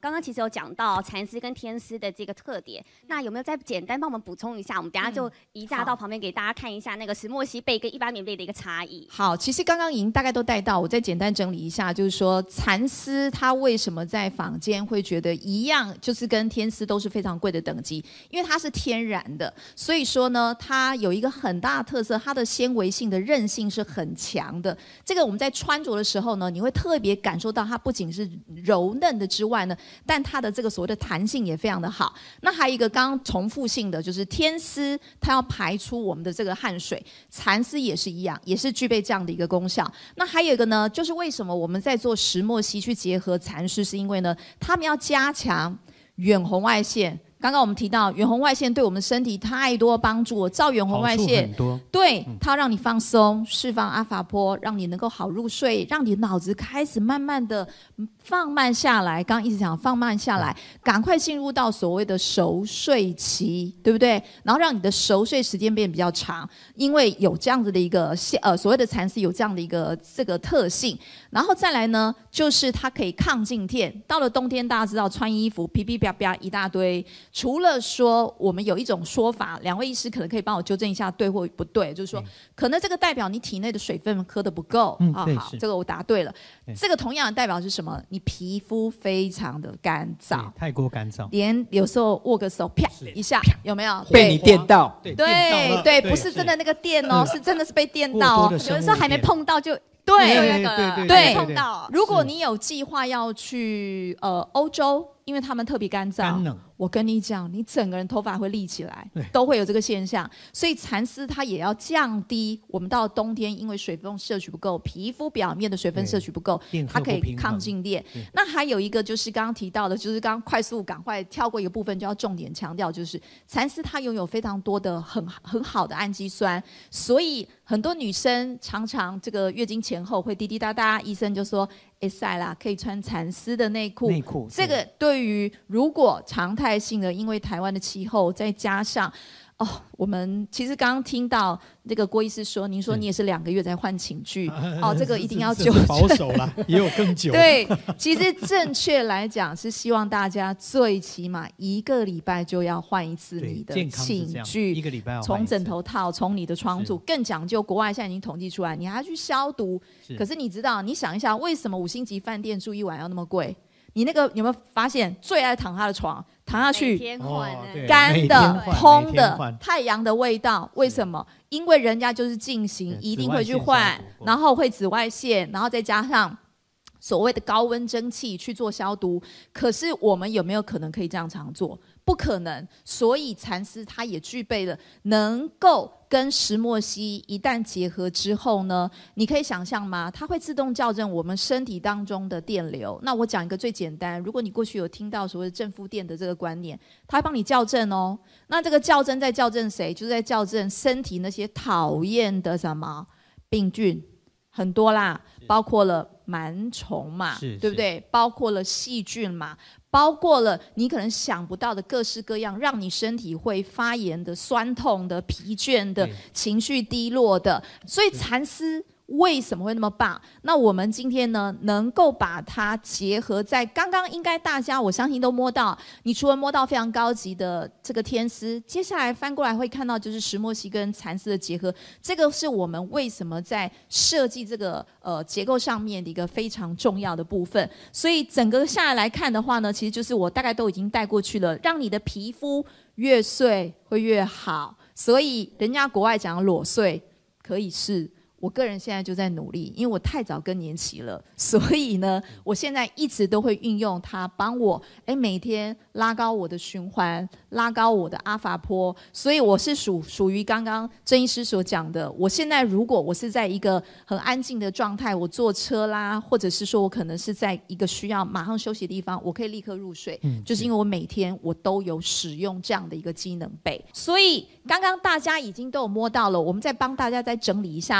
刚刚其实有讲到蚕丝跟天丝的这个特点，那有没有再简单帮我们补充一下？我们等一下就移驾到旁边给大家看一下那个石墨烯被跟一般棉被的一个差异。 好，其实刚刚已经大概都带到，我再简单整理一下，就是说蚕丝它为什么在坊间会觉得一样，就是跟天丝都是非常贵的等级，因为它是天然的，所以说呢，它有一个很大的特色，它的纤维性的韧性是很强的。这个我们在穿着的时候呢，你会特别感受到它不仅是柔嫩的之外呢，但它的这个所谓的弹性也非常的好。那还有一个刚刚重复性的，就是天丝它要排出我们的这个汗水，蚕丝也是一样，也是具备这样的一个功效。那还有一个呢，就是为什么我们在做石墨烯去结合蚕丝，是因为呢，他们要加强远红外线。刚刚我们提到远红外线对我们身体太多帮助，照远红外线对它让你放松，释放阿法波，让你能够好入睡，让你脑子开始慢慢的放慢下来。刚刚一直讲放慢下来，赶快进入到所谓的熟睡期，对不对？然后让你的熟睡时间变得比较长，因为有这样子的一个呃所谓的蚕丝有这样的一个这个特性。然后再来呢，就是它可以抗静电。到了冬天，大家知道穿衣服噼噼啪啪一大堆。除了说我们有一种说法，两位医师可能可以帮我纠正一下对或不对，就是说可能这个代表你体内的水分喝得不够。 嗯， 哦、好，这个我答对了。这个同样的代表是什么？你皮肤非常的干燥， 太过干燥， 连有时候握个手啪一下，有没有被你电到？ 对对对，不是真的那个电哦，是真的是被电到哦。 有的时候还没碰到就。 对对对对， 碰到。 如果你有计划要去呃欧洲，因为他们特别干燥， 干冷， 我跟你讲，你整个人头发会立起来，都会有这个现象。所以蚕丝它也要降低我们到冬天，因为水分摄取不够，皮肤表面的水分摄取不够，它可以抗静电。那还有一个就是刚刚提到的，就是刚刚快速赶快跳过一个部分，就要重点强调，就是蚕丝它拥有非常多的很很好的氨基酸，所以很多女生常常这个月经前后会滴滴答答，医生就说哎塞啦，可以穿蚕丝的内裤。 内裤这个对于如果常态性的，因为台湾的气候，再加上哦，我们其实刚刚听到那个郭医师说，您说你也是两个月才换寝具，哦，这个一定要纠正。 保守啦，也有更久。 对，其实正确来讲是希望大家最起码一个礼拜就要换一次你的寝具， 一个礼拜从枕头套，从你的床组，更讲究。国外现在已经统计出来，你还要去消毒。可是你知道，你想一下，为什么五星级饭店住一晚要那么贵？你那个有没有发现最爱躺他的床，躺下去干的、烘的、太阳的味道？为什么？因为人家就是进行一定会去换，然后会紫外线，然后再加上所谓的高温蒸汽去做消毒。可是我们有没有可能可以这样常做？不可能。所以蚕丝它也具备了能够跟石墨烯一旦结合之后呢，你可以想象吗？它会自动校正我们身体当中的电流。那我讲一个最简单，如果你过去有听到所谓的正负电的这个观念，它会帮你校正哦。那这个校正在校正谁？就是在校正身体那些讨厌的什么病菌，很多啦，包括了螨虫嘛，对不对？包括了细菌嘛，包括了你可能想不到的各式各样让你身体会发炎的、酸痛的、疲倦的、情绪低落的。所以蚕丝为什么会那么棒？那我们今天呢，能够把它结合在刚刚，应该大家我相信都摸到。你除了摸到非常高级的这个天丝，接下来翻过来会看到就是石墨烯跟蚕丝的结合。这个是我们为什么在设计这个呃结构上面的一个非常重要的部分。所以整个下来来看的话呢，其实就是我大概都已经带过去了，让你的皮肤越睡会越好。所以人家国外讲裸睡可以是。我个人现在就在努力，因为我太早更年期了，所以呢，我现在一直都会运用它帮我，哎，每天拉高我的循环，拉高我的阿法波，所以我是属属于刚刚郑医师所讲的。我现在如果我是在一个很安静的状态，我坐车啦，或者是说我可能是在一个需要马上休息的地方，我可以立刻入睡，嗯、就是因为我每天我都有使用这样的一个机能被。所以刚刚大家已经都有摸到了，我们再帮大家再整理一下。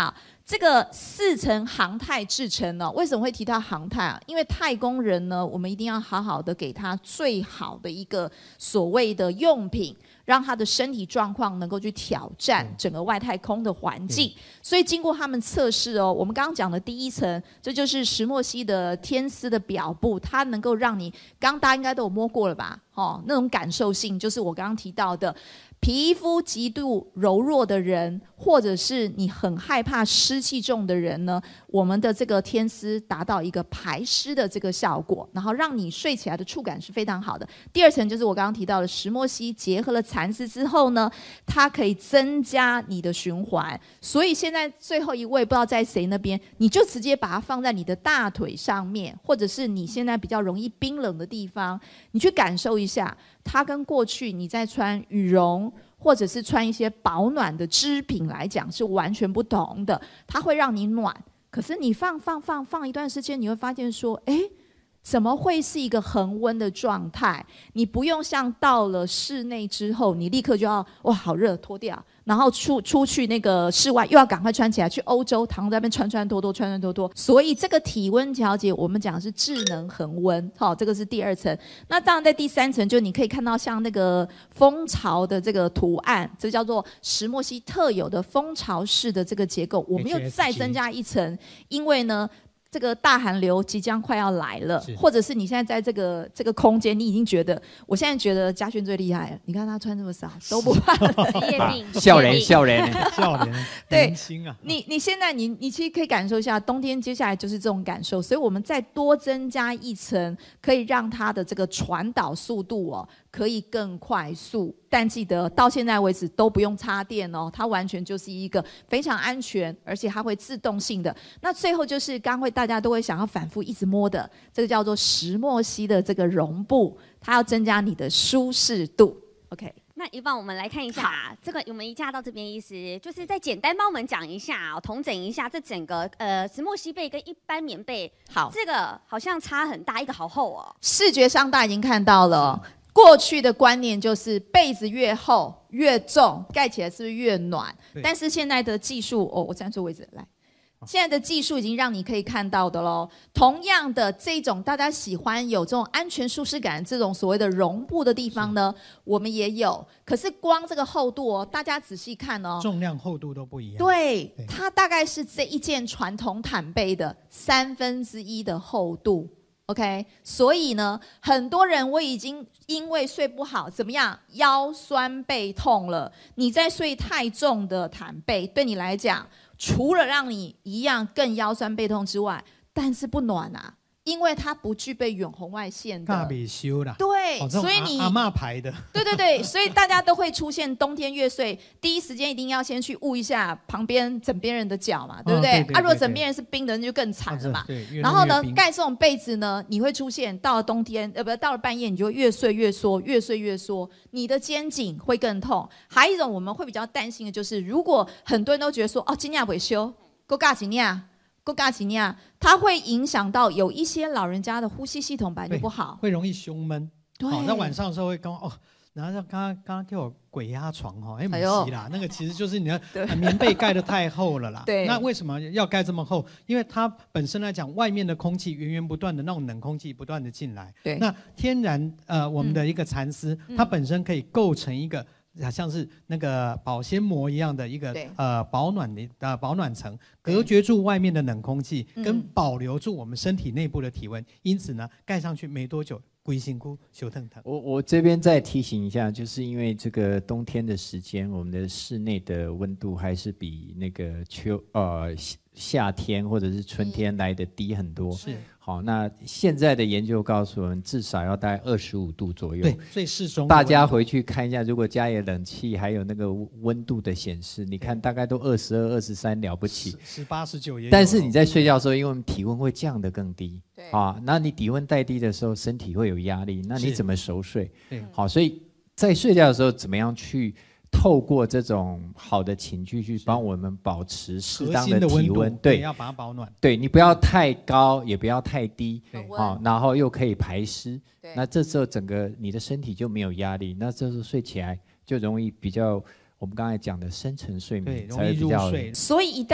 这个四层航太制成呢，为什么会提到航太啊？因为太空人呢，我们一定要好好的给他最好的一个所谓的用品，让他的身体状况能够去挑战整个外太空的环境。所以经过他们测试哦，我们刚刚讲的第一层，这就是石墨烯的天丝的表布，它能够让你，刚刚大家应该都有摸过了吧？哦，那种感受性就是我刚刚提到的。皮肤极度柔弱的人，或者是你很害怕湿气重的人呢，我们的这个天丝达到一个排湿的这个效果，然后让你睡起来的触感是非常好的。第二层就是我刚刚提到的石墨烯结合了蚕丝之后呢，它可以增加你的循环。所以现在最后一位不知道在谁那边，你就直接把它放在你的大腿上面，或者是你现在比较容易冰冷的地方，你去感受一下。它跟过去你在穿羽绒或者是穿一些保暖的织品来讲是完全不同的，它会让你暖。可是你放放放放一段时间，你会发现说，哎，怎么会是一个恒温的状态？你不用像到了室内之后，你立刻就要哇好热脱掉，然后出出去那个室外又要赶快穿起来，去欧洲躺在那边穿穿脱脱穿穿脱脱。所以这个体温调节，我们讲的是智能恒温，好、哦，这个是第二层。那当然在第三层，就你可以看到像那个蜂巢的这个图案，这叫做石墨烯特有的蜂巢式的这个结构，我们又再增加一层，因为呢。这个大寒流即将快要来了，或者是你现在在这个这个空间，你已经觉得，我现在觉得嘉轩最厉害了。你看他穿这么少都不怕冷， 笑脸笑脸笑脸， 对， 年轻啊！ 你你现在你你其实可以感受一下，冬天接下来就是这种感受，所以我们再多增加一层，可以让它的这个传导速度哦。可以更快速，但记得到现在为止都不用插电哦，它完全就是一个非常安全，而且它会自动性的。那最后就是刚会大家都会想要反复一直摸的，这个叫做石墨烯的这个绒布，它要增加你的舒适度。OK。 那一棒，我们来看一下这个，我们一架到这边意思就是再简单帮我们讲一下、哦，统整一下这整个呃石墨烯被跟一般棉被， 好， 这个好像差很大，一个好厚哦。 视觉上大家已经看到了。过去的观念就是被子越厚越重，盖起来是不是越暖？但是现在的技术，哦，我站错位置来。现在的技术已经让你可以看到的咯。同样的这种大家喜欢有这种安全舒适感这种所谓的绒布的地方呢，我们也有。可是光这个厚度哦，大家仔细看哦， 重量厚度都不一样。 对，它大概是这一件传统毯被的三分之一的厚度。OK， 所以呢，很多人我已经因为睡不好，怎么样，腰酸背痛了。你在睡太重的毯被，对你来讲，除了让你一样更腰酸背痛之外，但是不暖啊。因为它不具备远红外线的， 比修啦， 对， 哦、 所以你阿嬷牌的， 对对对，所以大家都会出现冬天越睡，第一时间一定要先去捂一下旁边枕边人的脚嘛，对不对？ 哦、对对对对啊，如果枕边人是冰的，那就更惨了嘛。 啊、 然后呢，盖这种被子呢，你会出现到了冬天，呃，不，到了半夜，你就会越睡越缩，越睡越缩，你的肩颈会更痛。还有一种我们会比较担心的就是，如果很多人都觉得说，哦，今天不休，够嘎几年。够嘎几年，它会影响到有一些老人家的呼吸系统本来就不好， 会容易胸闷。 对， 在、哦、晚上的时候会跟我哦，然后刚刚刚刚给我鬼压床哈，哎，没戏啦，那个其实就是你的棉被盖得太厚了啦。 对， 那为什么要盖这么厚？因为它本身来讲，外面的空气源源不断的那种冷空气不断的进来。 对， 那天然呃我们的一个蚕丝，嗯、它本身可以构成一个。像是那个保鲜膜一样的一个呃保暖的呃保暖层，隔绝住外面的冷空气，跟保留住我们身体内部的体温。嗯、因此呢，盖上去没多久，龟辛苦休腾腾。 我我这边再提醒一下，就是因为这个冬天的时间，我们的室内的温度还是比那个秋呃夏天或者是春天来的低很多。 是。 好，那现在的研究告诉我们，至少要大概二十五度左右。 对，最适中。 大家回去看一下，如果家里的冷气还有那个温度的显示，你看大概都二十二、二十三了不起， 十八、十九也有。 但是你在睡觉的时候，因为我们体温会降得更低， 对啊，那你体温太低的时候，身体会有压力，那你怎么熟睡？ 对， 好，所以在睡觉的时候，怎么样去？透过这种好的寝具去帮我们保持适当的体温， 对，要把它保暖。 对，你不要太高，也不要太低， 好、 哦，然后又可以排湿。那这时候整个你的身体就没有压力，那这时候睡起来就容易比较，我们刚才讲的深层睡眠才会比较。 所以一旦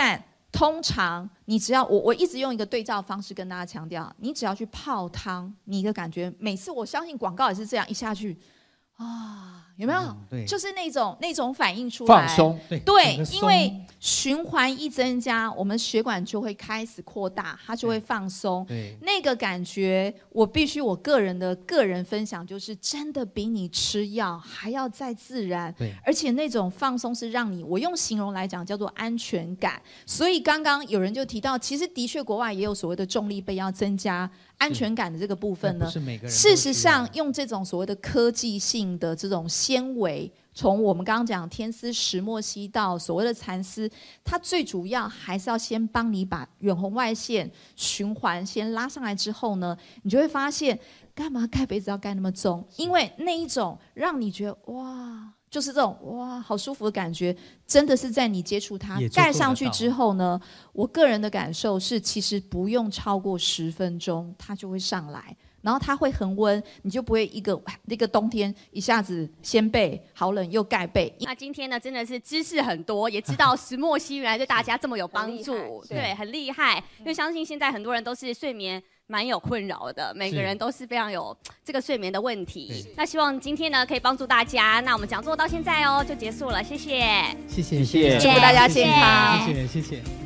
通常你只要我我一直用一个对照方式跟大家强调，你只要去泡汤，你的感觉每次我相信广告也是这样，一下去啊，有没有？ 嗯对， 就是那种那种反应出来， 放松， 对对整个，松因为循环一增加，我们血管就会开始扩大，它就会放松。 对那个感觉，我必须我个人的个人分享，就是真的比你吃药还要再自然。 对， 而且那种放松是让你，我用形容来讲叫做安全感。所以刚刚有人就提到，其实的确国外也有所谓的重力杯要增加安全感的这个部分呢那不。是每个人都事实需要上，用这种所谓的科技性的这种纤维，从我们刚刚讲天丝、石墨烯到所谓的蚕丝，它最主要还是要先帮你把远红外线循环先拉上来之后呢，你就会发现，干嘛盖被子要盖那么重？因为那一种让你觉得哇。就是这种哇，好舒服的感觉，真的是在你接触它也就盖做得到上去之后呢，我个人的感受是，其实不用超过十分钟，它就会上来，然后它会恒温，你就不会一个那个冬天一下子掀被，好冷又盖被。 那今天呢，真的是知识很多，也知道石墨烯原来对大家这么有帮助， 很厉害对，很厉害。因为相信现在很多人都是睡眠蛮有困扰的，每个人都是非常有这个睡眠的问题。那希望今天呢可以帮助大家。那我们讲座到现在哦就结束了，谢谢， 谢谢谢谢祝福大家健康谢谢谢谢。